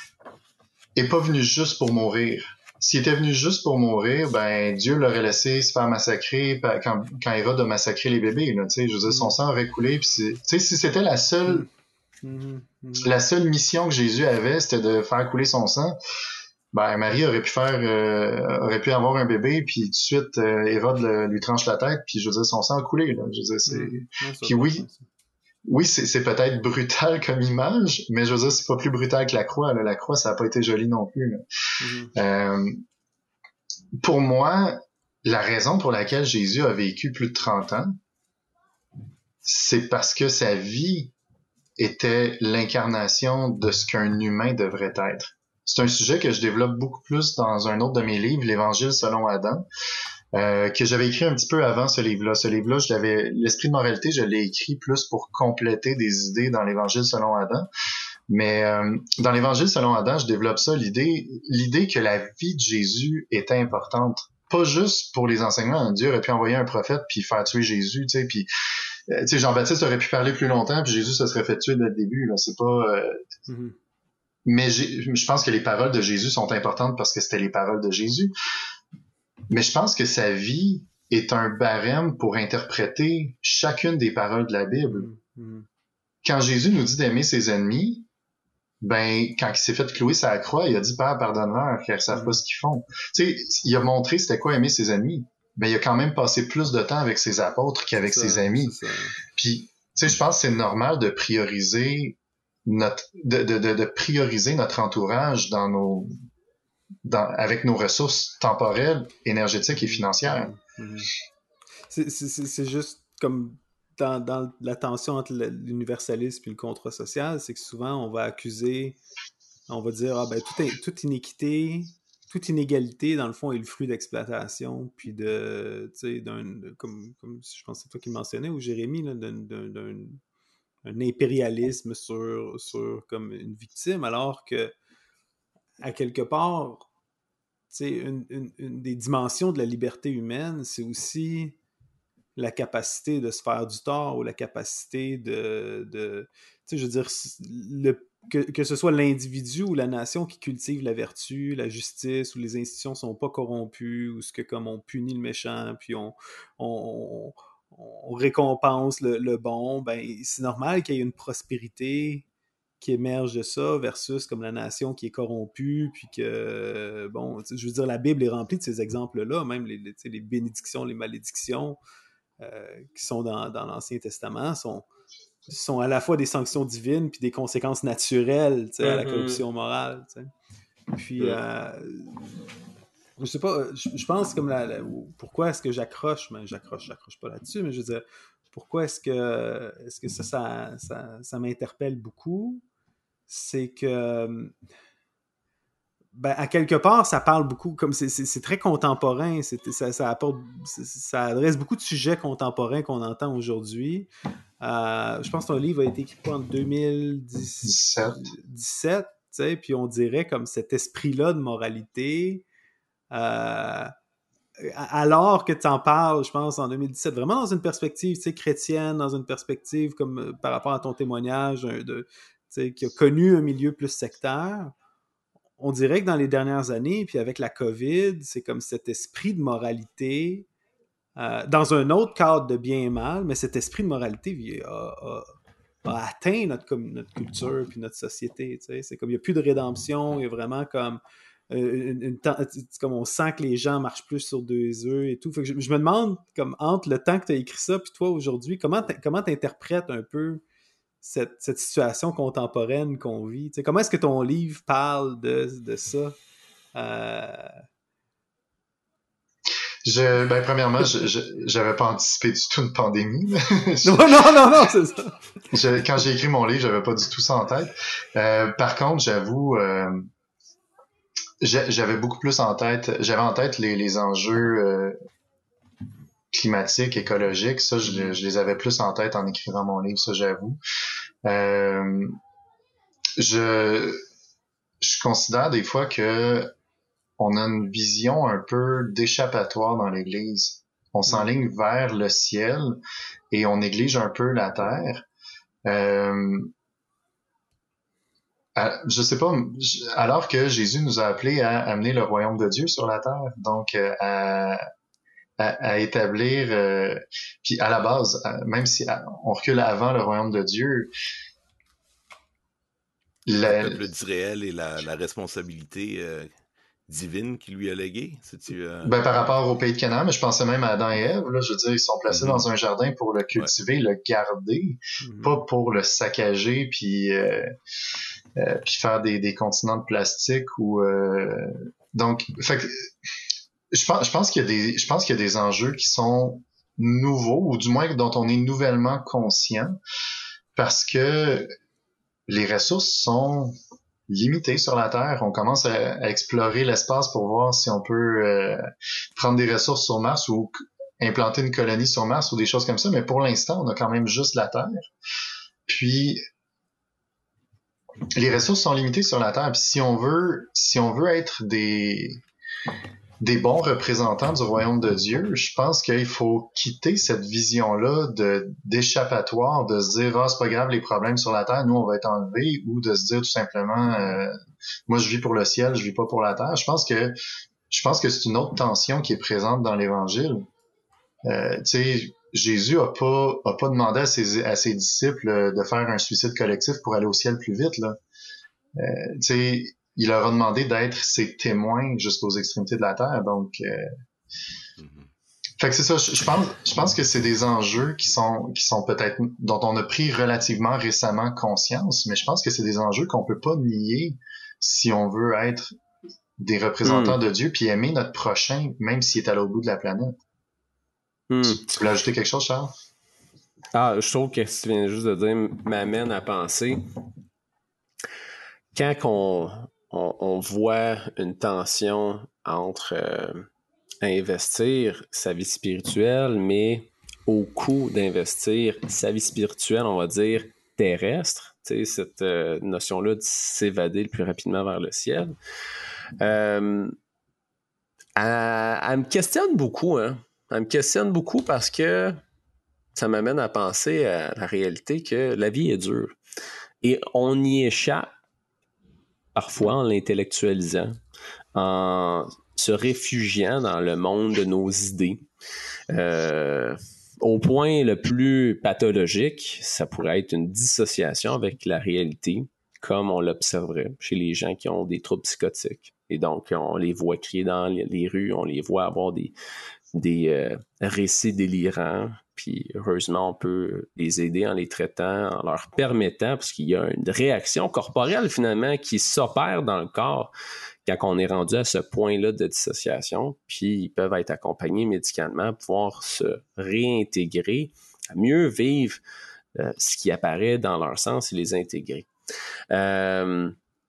est pas venu juste pour mourir. S'il était venu juste pour mourir, ben Dieu l'aurait laissé se faire massacrer quand, quand Hérode a massacré les bébés. Là, je veux dire, son sang aurait coulé. Puis si c'était la seule, mm-hmm. Mm-hmm. la seule mission que Jésus avait, c'était de faire couler son sang, ben Marie aurait pu faire, euh, aurait pu avoir un bébé, puis tout de suite euh, Hérode le, lui tranche la tête, puis je veux dire, son sang a coulé. Là, je veux dire, c'est... Mm-hmm. Puis oui. Oui, c'est, c'est peut-être brutal comme image, mais je veux dire, c'est pas plus brutal que la croix. Là. La croix, ça a pas été joli non plus. Là. Mm-hmm. Euh, pour moi, la raison pour laquelle Jésus a vécu plus de trente ans, c'est parce que sa vie était l'incarnation de ce qu'un humain devrait être. C'est un sujet que je développe beaucoup plus dans un autre de mes livres, l'Évangile selon Adam. Euh, que j'avais écrit un petit peu avant ce livre-là. Ce livre-là, je l'avais, l'esprit de moralité, je l'ai écrit plus pour compléter des idées dans l'Évangile selon Adam. Mais euh, dans l'Évangile selon Adam, je développe ça, l'idée, l'idée que la vie de Jésus était importante. Pas juste pour les enseignements. Dieu aurait pu envoyer un prophète puis faire tuer Jésus, tu sais, puis euh, tu sais, Jean-Baptiste aurait pu parler plus longtemps puis Jésus se serait fait tuer dès le début. Là, c'est pas. Euh... Mm-hmm. Mais j'ai, je pense que les paroles de Jésus sont importantes parce que c'était les paroles de Jésus. Mais je pense que sa vie est un barème pour interpréter chacune des paroles de la Bible. Mm-hmm. Quand Jésus nous dit d'aimer ses ennemis, ben, quand il s'est fait clouer sa croix, il a dit, Père, pardonne-leur, car ils savent pas ce qu'ils font. Tu sais, il a montré c'était quoi aimer ses ennemis. Ben, il a quand même passé plus de temps avec ses apôtres qu'avec ses amis. Puis, tu sais, je pense que c'est normal de prioriser notre, de, de, de, de prioriser notre entourage dans nos, dans, avec nos ressources temporelles, énergétiques et financières. Mm-hmm. C'est, c'est, c'est juste comme, Dans, dans la tension entre l'universalisme et le contrat social, c'est que souvent on va accuser, on va dire ah ben toute, toute inéquité, toute inégalité dans le fond est le fruit d'exploitation, puis de, tu sais, d'un, comme, comme je pense que c'est toi qui le mentionnais ou Jérémy, là, d'un, d'un, d'un un impérialisme sur, sur comme une victime, alors que à quelque part, tu sais, une, une, une des dimensions de la liberté humaine, c'est aussi la capacité de se faire du tort ou la capacité de, de tu sais, je veux dire, le, que, que ce soit l'individu ou la nation qui cultive la vertu, la justice, où les institutions sont pas corrompues, ou ce que comme on punit le méchant, puis on, on, on récompense le, le bon, ben c'est normal qu'il y ait une prospérité qui émerge de ça versus comme la nation qui est corrompue, puis que, bon, je veux dire, la Bible est remplie de ces exemples-là, même les, les, les bénédictions, les malédictions, Euh, qui sont dans, dans l'Ancien Testament sont, sont à la fois des sanctions divines puis des conséquences naturelles, tu sais, mm-hmm. à la corruption morale, tu sais. Puis mm. euh, je sais pas, je, je pense comme la, la, pourquoi est-ce que j'accroche, mais j'accroche, j'accroche pas là-dessus, mais je veux dire, pourquoi est-ce que est-ce que ça, ça, ça, ça m'interpelle beaucoup, c'est que ben, à quelque part, ça parle beaucoup, comme c'est, c'est, c'est très contemporain, c'est, ça, ça, apporte, ça adresse beaucoup de sujets contemporains qu'on entend aujourd'hui. Euh, je pense que ton livre a été écrit en deux mille dix-sept, dix-sept, tu sais, puis on dirait comme cet esprit-là de moralité, euh, alors que tu en parles, je pense, en deux mille dix-sept, vraiment dans une perspective, tu sais, chrétienne, dans une perspective comme euh, par rapport à ton témoignage, de, tu sais, qui a connu un milieu plus sectaire. On dirait que dans les dernières années, puis avec la COVID, c'est comme cet esprit de moralité, euh, dans un autre cadre de bien et mal, mais cet esprit de moralité a, a, a atteint notre, comme, notre culture puis notre société. Tu sais. C'est comme il n'y a plus de rédemption, il y a vraiment comme, euh, une, une, comme on sent que les gens marchent plus sur deux œufs et tout. Fait que je, je me demande, comme entre le temps que tu as écrit ça puis toi aujourd'hui, comment tu interprètes un peu Cette, cette situation contemporaine qu'on vit. T'sais, comment est-ce que ton livre parle de, de ça? Euh... Je, ben, premièrement, je, je, j'avais pas anticipé du tout une pandémie. je, non, non, non, non, c'est ça. Je, quand j'ai écrit mon livre, j'avais pas du tout ça en tête. Euh, par contre, j'avoue, euh, j'avais beaucoup plus en tête, j'avais en tête les, les enjeux euh, climatiques, écologiques. Ça, je, je les avais plus en tête en écrivant mon livre, ça, j'avoue. Euh, je, je considère des fois que on a une vision un peu d'échappatoire dans l'Église. On s'enligne vers le ciel et on néglige un peu la terre. Euh, à, je sais pas, alors que Jésus nous a appelés à amener le royaume de Dieu sur la terre, donc à, à, à établir, euh, puis à la base, même si on recule avant le royaume de Dieu, la, le peuple d'Israël et la, la responsabilité euh, divine qui lui a léguée, c'est-tu euh... ben par rapport au pays de Canaan, mais je pensais même à Adam et Ève, là, je veux dire, ils sont placés mm-hmm. dans un jardin pour le cultiver, ouais. le garder, mm-hmm. pas pour le saccager puis euh, euh, puis faire des, des continents de plastique ou euh... donc fait que, je pense je pense qu'il y a des je pense qu'il y a des enjeux qui sont nouveaux ou du moins dont on est nouvellement conscient parce que les ressources sont limitées sur la Terre. On commence à, à explorer l'espace pour voir si on peut euh, prendre des ressources sur Mars ou implanter une colonie sur Mars ou des choses comme ça, mais pour l'instant, on a quand même juste la Terre. Puis, les ressources sont limitées sur la Terre. Puis si on veut, si on veut être des des bons représentants du royaume de Dieu, je pense qu'il faut quitter cette vision-là de d'échappatoire, de se dire ah c'est pas grave les problèmes sur la terre, nous on va être enlevés, ou de se dire tout simplement euh, moi je vis pour le ciel, je vis pas pour la terre. Je pense que je pense que c'est une autre tension qui est présente dans l'Évangile. Euh, tu sais, Jésus a pas a pas demandé à ses à ses disciples de faire un suicide collectif pour aller au ciel plus vite là. Euh, tu sais, il leur a demandé d'être ses témoins jusqu'aux extrémités de la terre. Donc, euh... mm-hmm. fait que c'est ça. Je, je pense, je pense que c'est des enjeux qui sont, qui sont peut-être dont on a pris relativement récemment conscience, mais je pense que c'est des enjeux qu'on peut pas nier si on veut être des représentants mm. de Dieu puis aimer notre prochain, même s'il est à l'autre bout de la planète. Mm. Tu, tu voulais ajouter quelque chose, Charles? Ah, je trouve que ce que tu viens juste de dire m'amène à penser. Quand on, on, on voit une tension entre euh, investir sa vie spirituelle, mais au coût d'investir sa vie spirituelle, on va dire, terrestre, tu sais, cette euh, notion-là de s'évader le plus rapidement vers le ciel, euh, elle, elle me questionne beaucoup, hein. Elle me questionne beaucoup parce que ça m'amène à penser à la réalité que la vie est dure. Et on y échappe parfois en l'intellectualisant, en se réfugiant dans le monde de nos idées. Euh, au point le plus pathologique, ça pourrait être une dissociation avec la réalité, comme on l'observerait chez les gens qui ont des troubles psychotiques. Et donc, on les voit crier dans les rues, on les voit avoir des, des euh, récits délirants. Puis heureusement, on peut les aider en les traitant, en leur permettant, parce qu'il y a une réaction corporelle finalement qui s'opère dans le corps quand on est rendu à ce point-là de dissociation. Puis ils peuvent être accompagnés médicalement, pouvoir se réintégrer, à mieux vivre euh, ce qui apparaît dans leur sens et les intégrer. Euh,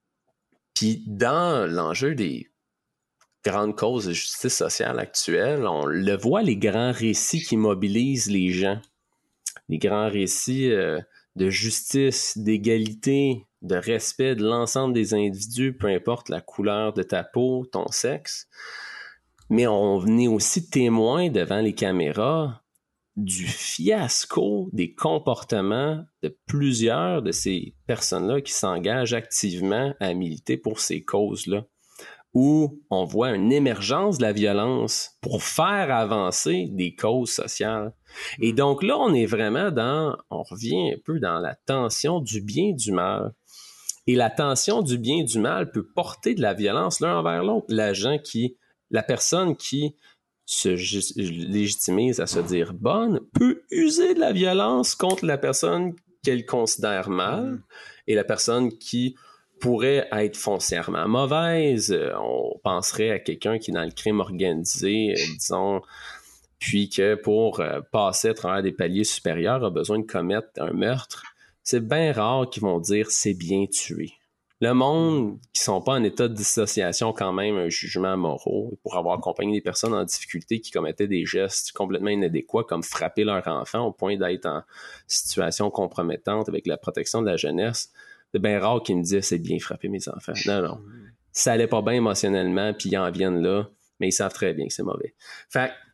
puis dans l'enjeu des grandes causes de justice sociale actuelle, on le voit, les grands récits qui mobilisent les gens, les grands récits euh, de justice, d'égalité, de respect de l'ensemble des individus, peu importe la couleur de ta peau, ton sexe. Mais on est aussi témoin devant les caméras du fiasco des comportements de plusieurs de ces personnes-là qui s'engagent activement à militer pour ces causes-là, où on voit une émergence de la violence pour faire avancer des causes sociales. Et donc là, on est vraiment dans, on revient un peu dans la tension du bien et du mal. Et la tension du bien et du mal peut porter de la violence l'un envers l'autre. L'agent qui, la personne qui se légitimise à se dire bonne peut user de la violence contre la personne qu'elle considère mal, et la personne qui pourrait être foncièrement mauvaise. On penserait à quelqu'un qui est dans le crime organisé, disons, puis que pour euh, passer à travers des paliers supérieurs a besoin de commettre un meurtre. C'est bien rare qu'ils vont dire « c'est bien tué ». Le monde qui ne sont pas en état de dissociation quand même un jugement moral pour avoir accompagné des personnes en difficulté qui commettaient des gestes complètement inadéquats comme frapper leur enfant au point d'être en situation compromettante avec la protection de la jeunesse. C'est bien rare qu'ils me disent « c'est bien frapper mes enfants ». Non, non. Ça allait pas bien émotionnellement, puis ils en viennent là, mais ils savent très bien que c'est mauvais. Fait que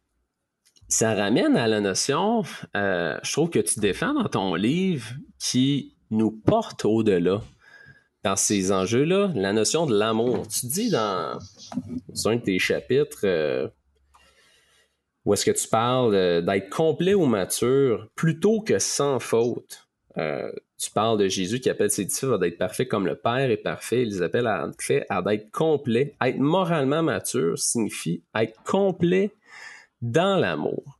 ça ramène à la notion, euh, je trouve que tu défends dans ton livre, qui nous porte au-delà dans ces enjeux-là, la notion de l'amour. Tu dis dans, dans un de tes chapitres euh, où est-ce que tu parles euh, d'être complet ou mature plutôt que sans faute. Euh, tu parles de Jésus qui appelle ses disciples d'être parfaits comme le Père est parfait. Il les appelle à, en fait, à d'être complet. Être moralement mature signifie être complet dans l'amour.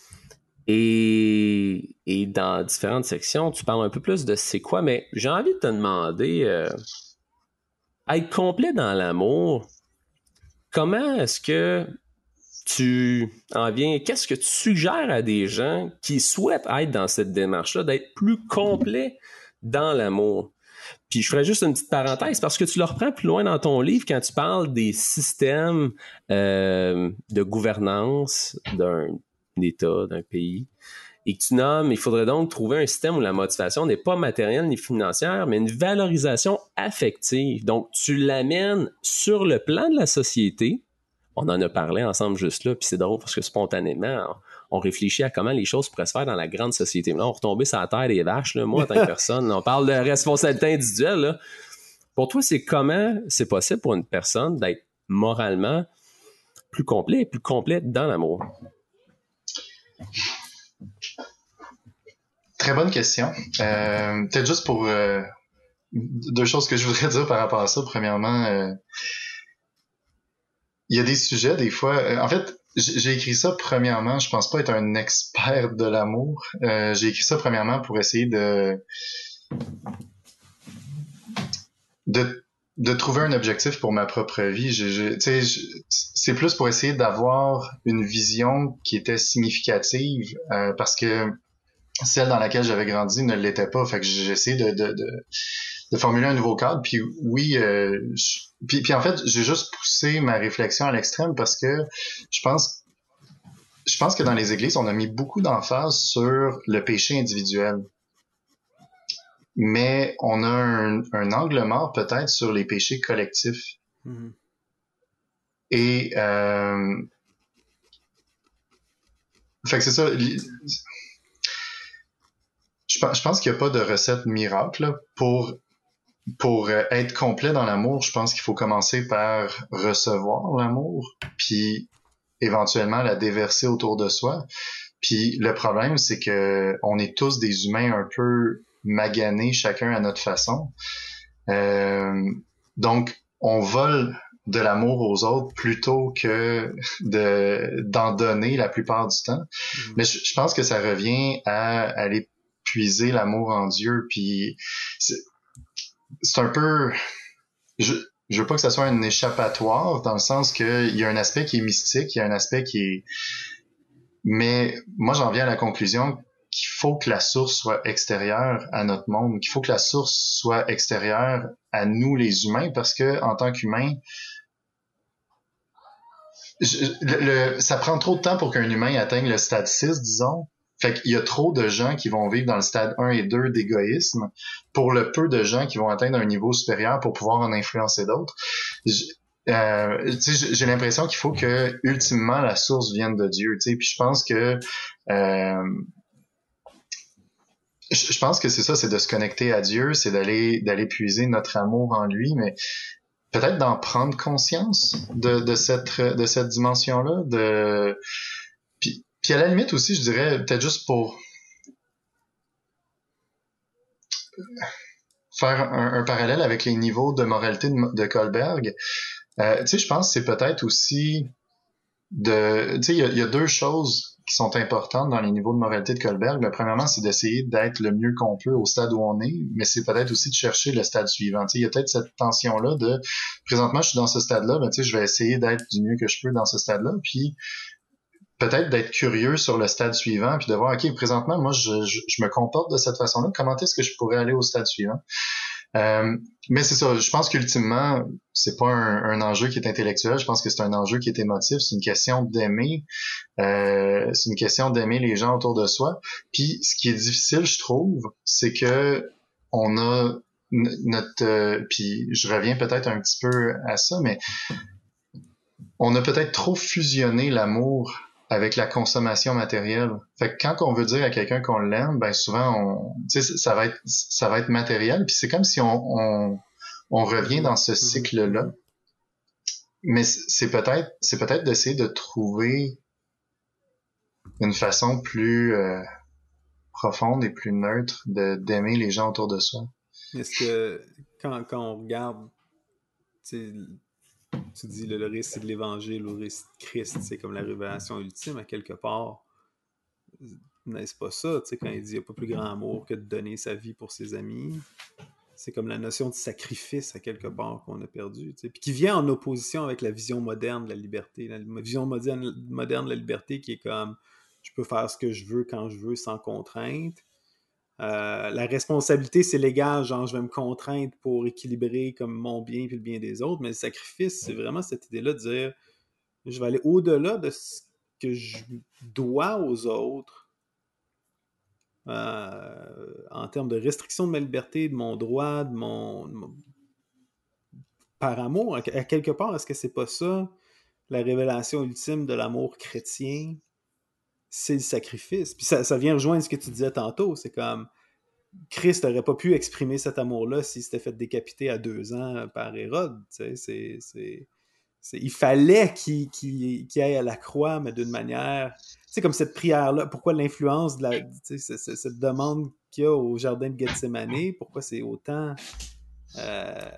Et, et dans différentes sections, tu parles un peu plus de c'est quoi, mais j'ai envie de te demander, euh, être complet dans l'amour, comment est-ce que tu en viens, qu'est-ce que tu suggères à des gens qui souhaitent être dans cette démarche-là, d'être plus complet dans l'amour? Puis je ferais juste une petite parenthèse parce que tu le reprends plus loin dans ton livre quand tu parles des systèmes euh, de gouvernance d'un État, d'un pays. et que tu nommes, il faudrait donc trouver un système où la motivation n'est pas matérielle ni financière, mais une valorisation affective. Donc, tu l'amènes sur le plan de la société. On en a parlé ensemble juste là, puis c'est drôle parce que spontanément, on réfléchit à comment les choses pourraient se faire dans la grande société. Mais là, on retombait sur la terre des vaches. Là. Moi, en tant que personne, on parle de responsabilité individuelle. Là. Pour toi, c'est comment c'est possible pour une personne d'être moralement plus complet et plus complète dans l'amour? Très bonne question. Euh, peut-être juste pour euh, deux choses que je voudrais dire par rapport à ça. Premièrement, euh, il y a des sujets, des fois... Euh, en fait, j'ai écrit ça premièrement, je pense pas être un expert de l'amour. Euh, j'ai écrit ça premièrement pour essayer de... de de trouver un objectif pour ma propre vie. Je, je, tu sais, je, c'est plus pour essayer d'avoir une vision qui était significative, euh, parce que celle dans laquelle j'avais grandi ne l'était pas. Fait que j'ai essayé de, de, de, de formuler un nouveau cadre. Puis oui, euh, je, puis, puis en fait, j'ai juste poussé ma réflexion à l'extrême parce que je pense, je pense que dans les églises, on a mis beaucoup d'emphase sur le péché individuel. Mais on a un, un angle mort peut-être sur les péchés collectifs. Mm-hmm. Et euh, fait que c'est ça. Je pense, je pense qu'il n'y a pas de recette miracle là. pour pour être complet dans l'amour. Je pense qu'il faut commencer par recevoir l'amour, puis éventuellement la déverser autour de soi. Puis le problème, c'est que on est tous des humains un peu maganés, chacun à notre façon. Euh, donc, on vole de l'amour aux autres plutôt que de d'en donner la plupart du temps. Mmh. Mais je, je pense que ça revient à aller puiser l'amour en Dieu. Puis c'est, c'est un peu... Je, je veux pas que ça soit un échappatoire, dans le sens que il y a un aspect qui est mystique, il y a un aspect qui est... Mais moi, j'en viens à la conclusion qu'il faut que la source soit extérieure à notre monde, qu'il faut que la source soit extérieure à nous, les humains, parce que en tant qu'humain, je, le, le, ça prend trop de temps pour qu'un humain atteigne le stade six, disons. Fait qu'il y a trop de gens qui vont vivre dans le stade un et deux d'égoïsme pour le peu de gens qui vont atteindre un niveau supérieur pour pouvoir en influencer d'autres. Je, Euh, j'ai l'impression qu'il faut que ultimement la source vienne de Dieu, tu sais. Puis je pense que euh, je, je pense que c'est ça, c'est de se connecter à Dieu, c'est d'aller d'aller puiser notre amour en lui, mais peut-être d'en prendre conscience de de cette de cette dimension-là, de puis puis à la limite aussi, je dirais peut-être juste pour faire un, un parallèle avec les niveaux de moralité de, de Kohlberg. Euh, tu sais, je pense que c'est peut-être aussi de... Tu sais, il y, y a deux choses qui sont importantes dans les niveaux de moralité de Kohlberg. Le premièrement, c'est d'essayer d'être le mieux qu'on peut au stade où on est, mais c'est peut-être aussi de chercher le stade suivant. Tu sais, il y a peut-être cette tension-là de... Présentement, je suis dans ce stade-là, mais tu sais, je vais essayer d'être du mieux que je peux dans ce stade-là, puis peut-être d'être curieux sur le stade suivant, puis de voir, OK, présentement, moi, je, je, je me comporte de cette façon-là. Comment est-ce que je pourrais aller au stade suivant? Euh, mais c'est ça, je pense qu'ultimement, c'est pas un, un enjeu qui est intellectuel, je pense que c'est un enjeu qui est émotif, c'est une question d'aimer, euh, c'est une question d'aimer les gens autour de soi. Puis ce qui est difficile, je trouve, c'est que on a n- notre, euh, puis je reviens peut-être un petit peu à ça, mais on a peut-être trop fusionné l'amour avec la consommation matérielle. Fait que quand on veut dire à quelqu'un qu'on l'aime, ben souvent on, tu sais, ça va être, ça va être matériel. Puis c'est comme si on, on, on revient dans ce cycle-là. Mais c'est peut-être, c'est peut-être d'essayer de trouver une façon plus euh, profonde et plus neutre de d'aimer les gens autour de soi. Est-ce que quand, quand on regarde, tu sais, tu dis le, le récit de l'Évangile, le récit de Christ, c'est comme la révélation ultime à quelque part. N'est-ce pas ça, tu sais, quand il dit il n'y a pas plus grand amour que de donner sa vie pour ses amis. C'est comme la notion de sacrifice à quelque part qu'on a perdu, tu sais, puis qui vient en opposition avec la vision moderne de la liberté. La vision moderne, moderne de la liberté qui est comme je peux faire ce que je veux quand je veux sans contrainte. Euh, la responsabilité, c'est légal, genre je vais me contraindre pour équilibrer comme mon bien et le bien des autres, mais le sacrifice, c'est vraiment cette idée-là de dire je vais aller au-delà de ce que je dois aux autres euh, en termes de restriction de ma liberté, de mon droit, de mon... De mon... par amour, à quelque part, est-ce que c'est pas ça, la révélation ultime de l'amour chrétien? C'est le sacrifice. Puis ça, ça vient rejoindre ce que tu disais tantôt, c'est comme Christ n'aurait pas pu exprimer cet amour-là s'il s'était fait décapiter à deux ans par Hérode. C'est, c'est, c'est... Il fallait qu'il, qu'il, qu'il aille à la croix, mais d'une manière... Tu sais, comme cette prière-là, pourquoi l'influence de la... Tu sais, cette, cette demande qu'il y a au jardin de Gethsémani, pourquoi c'est autant euh,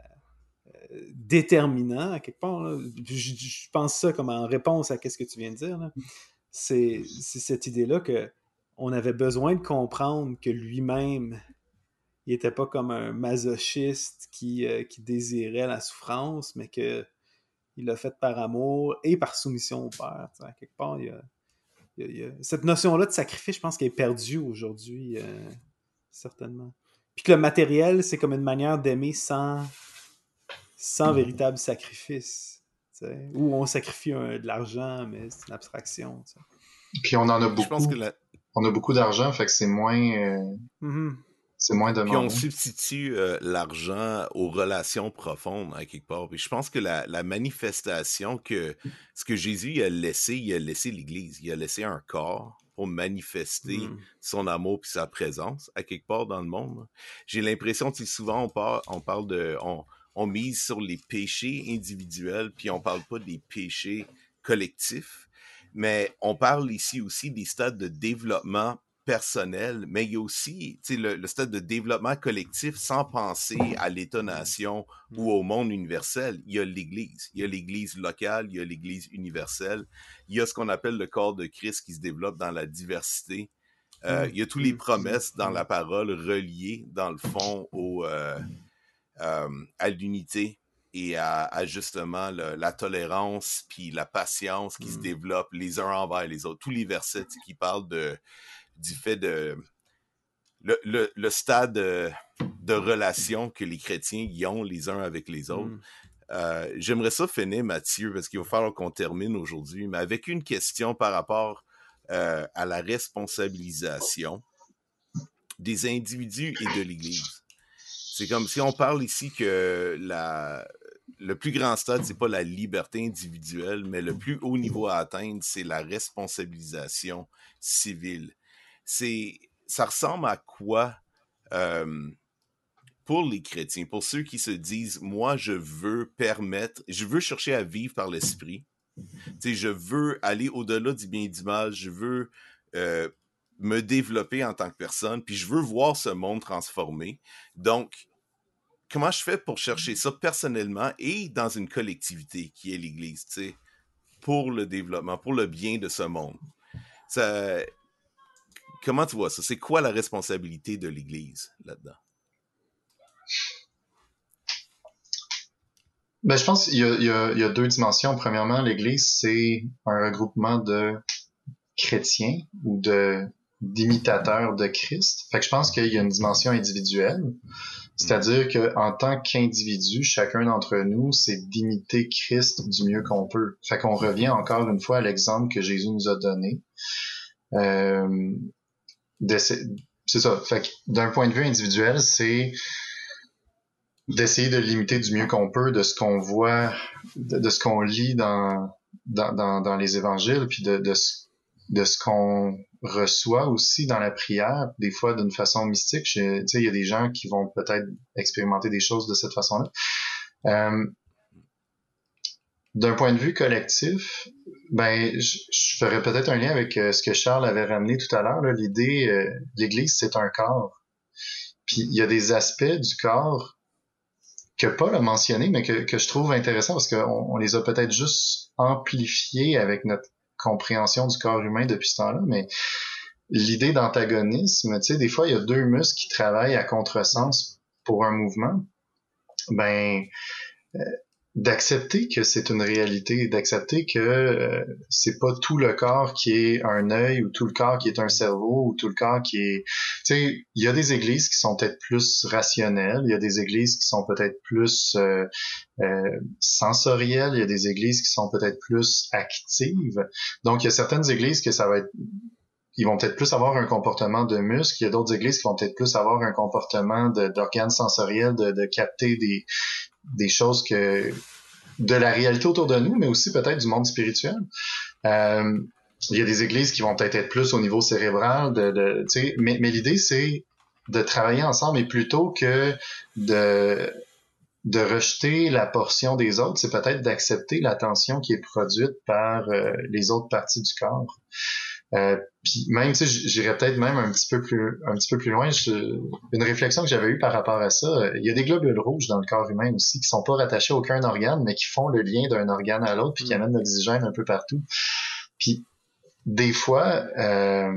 déterminant, à quelque part. Là. Je, je pense ça comme en réponse à ce que tu viens de dire. Là. C'est, c'est cette idée-là que on avait besoin de comprendre que lui-même, il n'était pas comme un masochiste qui, euh, qui désirait la souffrance, mais que il l'a fait par amour et par soumission au Père. À quelque part, il y a, il y a, il y a... cette notion-là de sacrifice, je pense qu'elle est perdue aujourd'hui, euh, certainement. Puis que le matériel, c'est comme une manière d'aimer sans, sans véritable sacrifice. T'sais. Où on sacrifie un, de l'argent, mais c'est une abstraction. T'sais. Puis on en a beaucoup. Je pense que la... On a beaucoup d'argent, fait que c'est moins... Euh... Mm-hmm. C'est moins demandant. Puis on substitue euh, l'argent aux relations profondes, à quelque part. Puis je pense que la, la manifestation que ce que Jésus a laissé, il a laissé l'Église. Il a laissé un corps pour manifester mm. son amour puis sa présence, à quelque part dans le monde. J'ai l'impression que souvent on parle, on parle de... On, on mise sur les péchés individuels, puis on parle pas des péchés collectifs. Mais on parle ici aussi des stades de développement personnel, mais il y a aussi le, le stade de développement collectif sans penser à l'État-nation ou au monde universel. Il y a l'Église. Il y a l'Église locale, il y a l'Église universelle. Il y a ce qu'on appelle le corps de Christ qui se développe dans la diversité. Euh, il y a toutes les promesses dans la parole reliées, dans le fond, au, euh, euh, à l'unité et à, à justement le, la tolérance puis la patience qui mm. se développe les uns envers les autres. Tous les versets qui parlent de du fait de le, le, le stade de, de relation que les chrétiens y ont les uns avec les autres. Mm. Euh, j'aimerais ça finir, Mathieu, parce qu'il va falloir qu'on termine aujourd'hui, mais avec une question par rapport euh, à la responsabilisation des individus et de l'Église. C'est comme si on parle ici que la, le plus grand stade, c'est pas la liberté individuelle, mais le plus haut niveau à atteindre, c'est la responsabilisation civile. C'est, ça ressemble à quoi euh, pour les chrétiens, pour ceux qui se disent, moi, je veux permettre, je veux chercher à vivre par l'esprit, tu sais, je veux aller au-delà du bien et du mal, je veux euh, me développer en tant que personne, puis je veux voir ce monde transformé. Donc, comment je fais pour chercher ça personnellement et dans une collectivité qui est l'Église, tu sais, pour le développement, pour le bien de ce monde? Ça... Comment tu vois ça? C'est quoi la responsabilité de l'Église là-dedans? Ben, je pense qu'il y a, il y a, il y a deux dimensions. Premièrement, l'Église, c'est un regroupement de chrétiens ou de, d'imitateurs de Christ. Fait que je pense qu'il y a une dimension individuelle. C'est-à-dire qu'en tant qu'individu, chacun d'entre nous, c'est d'imiter Christ du mieux qu'on peut. Fait qu'on revient encore une fois à l'exemple que Jésus nous a donné. Euh, c'est ça. Fait que d'un point de vue individuel, c'est d'essayer de limiter du mieux qu'on peut de ce qu'on voit, de, de ce qu'on lit dans, dans, dans, dans les évangiles, puis de, de, de ce qu'on reçoit aussi dans la prière, des fois d'une façon mystique. Tu sais, il y a des gens qui vont peut-être expérimenter des choses de cette façon-là. Euh, d'un point de vue collectif, ben, je, je ferais peut-être un lien avec euh, ce que Charles avait ramené tout à l'heure. Là, l'idée, euh, l'Église, c'est un corps. Puis il y a des aspects du corps que Paul a mentionné, mais que, que je trouve intéressant parce qu'on on les a peut-être juste amplifiés avec notre compréhension du corps humain depuis ce temps-là, mais l'idée d'antagonisme, tu sais, des fois, il y a deux muscles qui travaillent à contresens pour un mouvement. Ben, euh, d'accepter que c'est une réalité, d'accepter que euh, c'est pas tout le corps qui est un œil ou tout le corps qui est un cerveau ou tout le corps qui est... Tu sais, il y a des églises qui sont peut-être plus rationnelles, il y a des églises qui sont peut-être plus euh, euh, sensorielles, il y a des églises qui sont peut-être plus actives. Donc, il y a certaines églises que ça va être ils vont peut-être plus avoir un comportement de muscle. Il y a d'autres églises qui vont peut-être plus avoir un comportement de, d'organes sensoriels, de, de capter des, des choses que de la réalité autour de nous, mais aussi peut-être du monde spirituel. Euh, il y a des églises qui vont peut-être être plus au niveau cérébral, de, de, tu sais, mais, mais l'idée, c'est de travailler ensemble et plutôt que de, de rejeter la portion des autres, c'est peut-être d'accepter l'attention qui est produite par euh, les autres parties du corps. Euh, puis même, tu sais, j'irais peut-être même un petit peu plus, un petit peu plus loin. Je, une réflexion que j'avais eue par rapport à ça, il y a des globules rouges dans le corps humain aussi qui sont pas rattachés à aucun organe, mais qui font le lien d'un organe à l'autre puis qui amènent de l'oxygène un peu partout. Puis des fois, euh,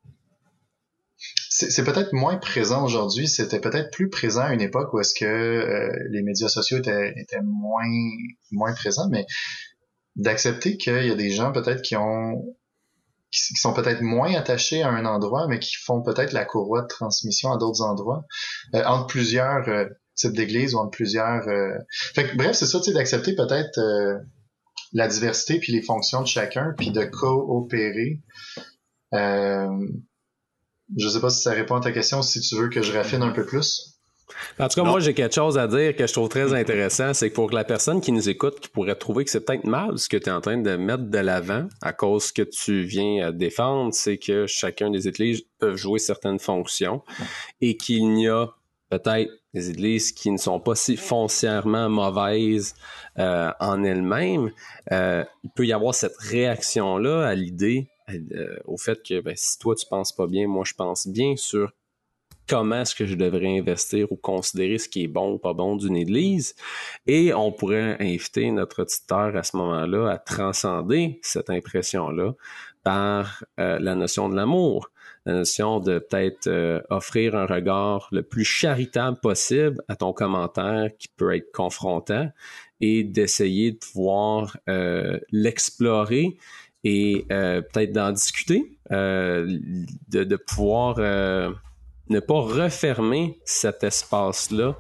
c'est, c'est peut-être moins présent aujourd'hui. C'était peut-être plus présent à une époque où est-ce que euh, les médias sociaux étaient, étaient moins, moins présents, mais d'accepter qu'il y a des gens peut-être qui ont qui sont peut-être moins attachés à un endroit, mais qui font peut-être la courroie de transmission à d'autres endroits, euh, entre plusieurs euh, types d'églises ou entre plusieurs... Euh... Fait que, bref, c'est ça, tu sais, d'accepter peut-être euh, la diversité puis les fonctions de chacun, puis de coopérer. Euh... Je sais pas si ça répond à ta question, si tu veux que je raffine un peu plus. En tout cas, non. moi, j'ai quelque chose à dire que je trouve très intéressant, c'est que pour la personne qui nous écoute, qui pourrait trouver que c'est peut-être mal ce que tu es en train de mettre de l'avant à cause que tu viens défendre, c'est que chacun des églises peuvent jouer certaines fonctions et qu'il n'y a peut-être des églises qui ne sont pas si foncièrement mauvaises euh, en elles-mêmes. Euh, il peut y avoir cette réaction-là à l'idée, euh, au fait que ben, si toi tu penses pas bien, moi je pense bien sur comment est-ce que je devrais investir ou considérer ce qui est bon ou pas bon d'une église. Et on pourrait inviter notre auditeur à ce moment-là à transcender cette impression-là par euh, la notion de l'amour, la notion de peut-être euh, offrir un regard le plus charitable possible à ton commentaire qui peut être confrontant et d'essayer de pouvoir euh, l'explorer et euh, peut-être d'en discuter, euh, de, de pouvoir... Euh, ne pas refermer cet espace-là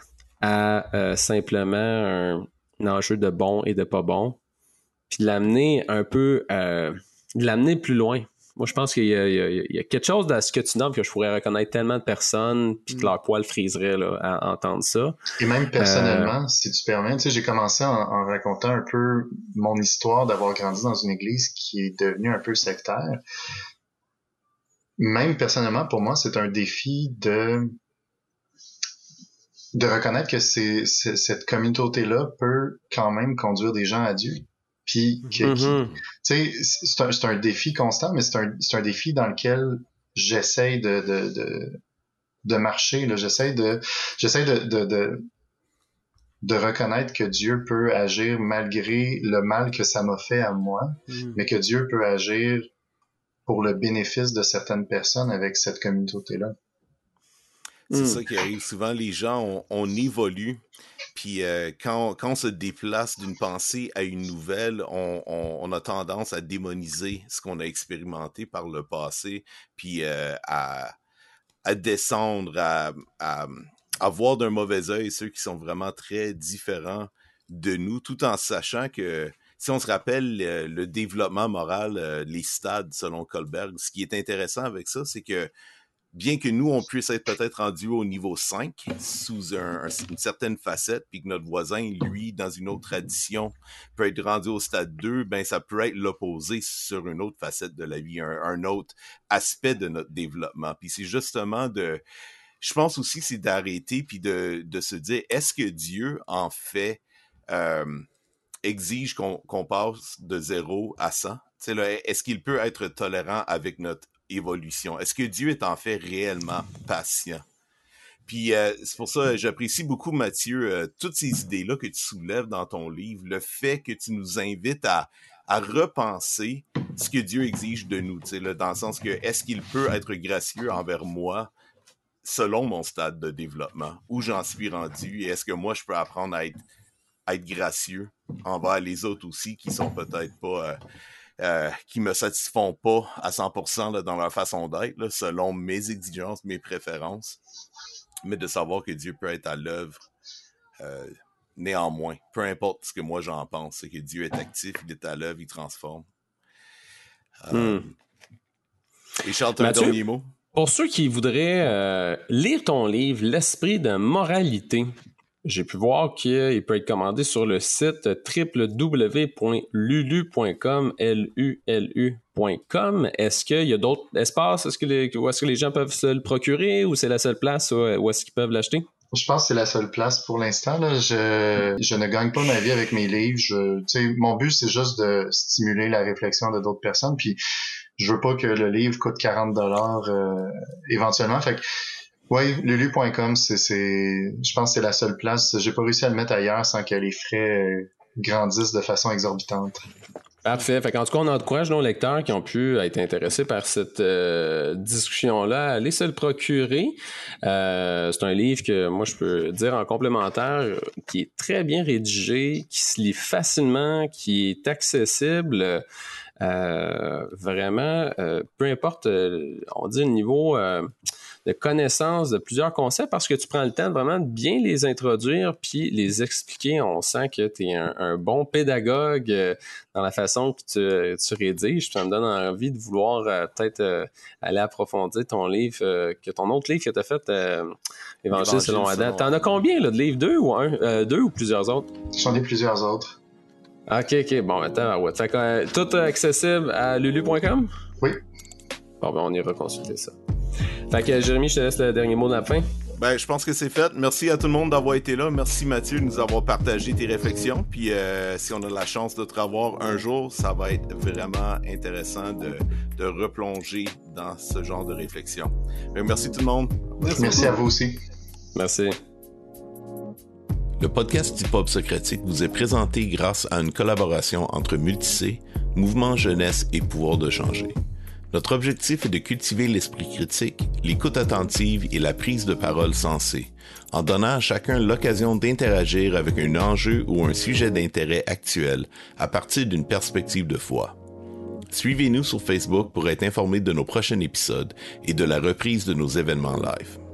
à euh, simplement un, un enjeu de bon et de pas bon, puis de l'amener un peu, euh, de l'amener plus loin. Moi, je pense qu'il y a, il y a, il y a quelque chose dans ce que tu nommes que je pourrais reconnaître tellement de personnes, puis que leur poil friserait là, à entendre ça. Et même personnellement, euh... si tu permets, tu sais, j'ai commencé en, en racontant un peu mon histoire d'avoir grandi dans une église qui est devenue un peu sectaire. Même personnellement, pour moi, c'est un défi de de reconnaître que c'est, c'est cette communauté-là peut quand même conduire des gens à Dieu. Puis, que, mm-hmm. tu sais, c'est un, c'est un défi constant, mais c'est un, c'est un défi dans lequel j'essaye de de de, de marcher. Là, j'essaye de j'essaye de, de de de reconnaître que Dieu peut agir malgré le mal que ça m'a fait à moi, mm. mais que Dieu peut agir pour le bénéfice de certaines personnes avec cette communauté-là. C'est mm. ça qui arrive. Souvent, les gens, on, on évolue, puis euh, quand, quand on se déplace d'une pensée à une nouvelle, on, on, on a tendance à démoniser ce qu'on a expérimenté par le passé, puis euh, à, à descendre, à, à, à voir d'un mauvais œil ceux qui sont vraiment très différents de nous, tout en sachant que si on se rappelle le, le développement moral, euh, les stades selon Kohlberg, ce qui est intéressant avec ça, c'est que bien que nous, on puisse être peut-être rendu au niveau cinq sous un, un, une certaine facette, puis que notre voisin, lui, dans une autre tradition, peut être rendu au stade deux, ben ça peut être l'opposé sur une autre facette de la vie, un, un autre aspect de notre développement. Puis c'est justement de... Je pense aussi c'est d'arrêter puis de, de se dire, est-ce que Dieu, en fait... Euh, exige qu'on, qu'on passe de zéro à cent? T'sais, là, est-ce qu'il peut être tolérant avec notre évolution? Est-ce que Dieu est en fait réellement patient? Puis euh, c'est pour ça que j'apprécie beaucoup, Mathieu, euh, toutes ces idées-là que tu soulèves dans ton livre, le fait que tu nous invites à, à repenser ce que Dieu exige de nous, là, dans le sens que est-ce qu'il peut être gracieux envers moi selon mon stade de développement, où j'en suis rendu, et est-ce que moi je peux apprendre à être être gracieux envers les autres aussi qui sont peut-être pas euh, euh, qui me satisfont pas à cent pour cent là, dans leur façon d'être là, selon mes exigences, mes préférences, mais de savoir que Dieu peut être à l'œuvre euh, néanmoins, peu importe ce que moi j'en pense, c'est que Dieu est actif, il est à l'œuvre, il transforme. Euh, hmm. Et Charles, un Mathieu, dernier mot? Pour ceux qui voudraient euh, lire ton livre, L'esprit de moralité, j'ai pu voir qu'il peut être commandé sur le site w w w point lulu point com, L U L U point com. Est-ce qu'il y a d'autres espaces? Est-ce que les, où est-ce que les gens peuvent se le procurer ou c'est la seule place où est-ce qu'ils peuvent l'acheter? Je pense que c'est la seule place pour l'instant. Là. Je, je ne gagne pas ma vie avec mes livres. Je, tu sais, mon but, c'est juste de stimuler la réflexion de d'autres personnes. Puis, je veux pas que le livre coûte quarante dollars euh, éventuellement. Fait que, oui, lulu point com, c'est, c'est, je pense que c'est la seule place. J'ai pas réussi à le mettre ailleurs sans que les frais grandissent de façon exorbitante. Parfait. Fait qu'en tout cas, on encourage nos lecteurs qui ont pu être intéressés par cette euh, discussion-là à aller se le procurer. Euh, c'est un livre que moi, je peux dire en complémentaire, qui est très bien rédigé, qui se lit facilement, qui est accessible. Euh, vraiment, euh, peu importe, euh, on dit le niveau euh, de connaissance de plusieurs concepts parce que tu prends le temps de vraiment bien les introduire puis les expliquer. On sent que tu es un, un bon pédagogue euh, dans la façon que tu, tu rédiges. Ça me donne envie de vouloir euh, peut-être euh, aller approfondir ton livre, euh, que ton autre livre que tu as fait, euh, Évangile, Évangile selon Adam. T'en as combien là, de livres? Deux ou un? Euh, deux ou plusieurs autres? J'en ai plusieurs autres. OK, OK. Bon, attends, ouais. Fait que, euh, tout accessible à lulu point com? Oui. Bon, ben, on ira consulter ça. Fait que, Jérémy, je te laisse le dernier mot de la fin. Ben, je pense que c'est fait. Merci à tout le monde d'avoir été là. Merci, Mathieu, de nous avoir partagé tes réflexions. Puis, euh, si on a la chance de te revoir un jour, ça va être vraiment intéressant de, de replonger dans ce genre de réflexion. Ben, merci tout le monde. Merci, merci à vous aussi. Merci. Le podcast Hip Hop Socratique vous est présenté grâce à une collaboration entre Multicé, Mouvement Jeunesse et Pouvoir de changer. Notre objectif est de cultiver l'esprit critique, l'écoute attentive et la prise de parole sensée, en donnant à chacun l'occasion d'interagir avec un enjeu ou un sujet d'intérêt actuel à partir d'une perspective de foi. Suivez-nous sur Facebook pour être informé de nos prochains épisodes et de la reprise de nos événements live.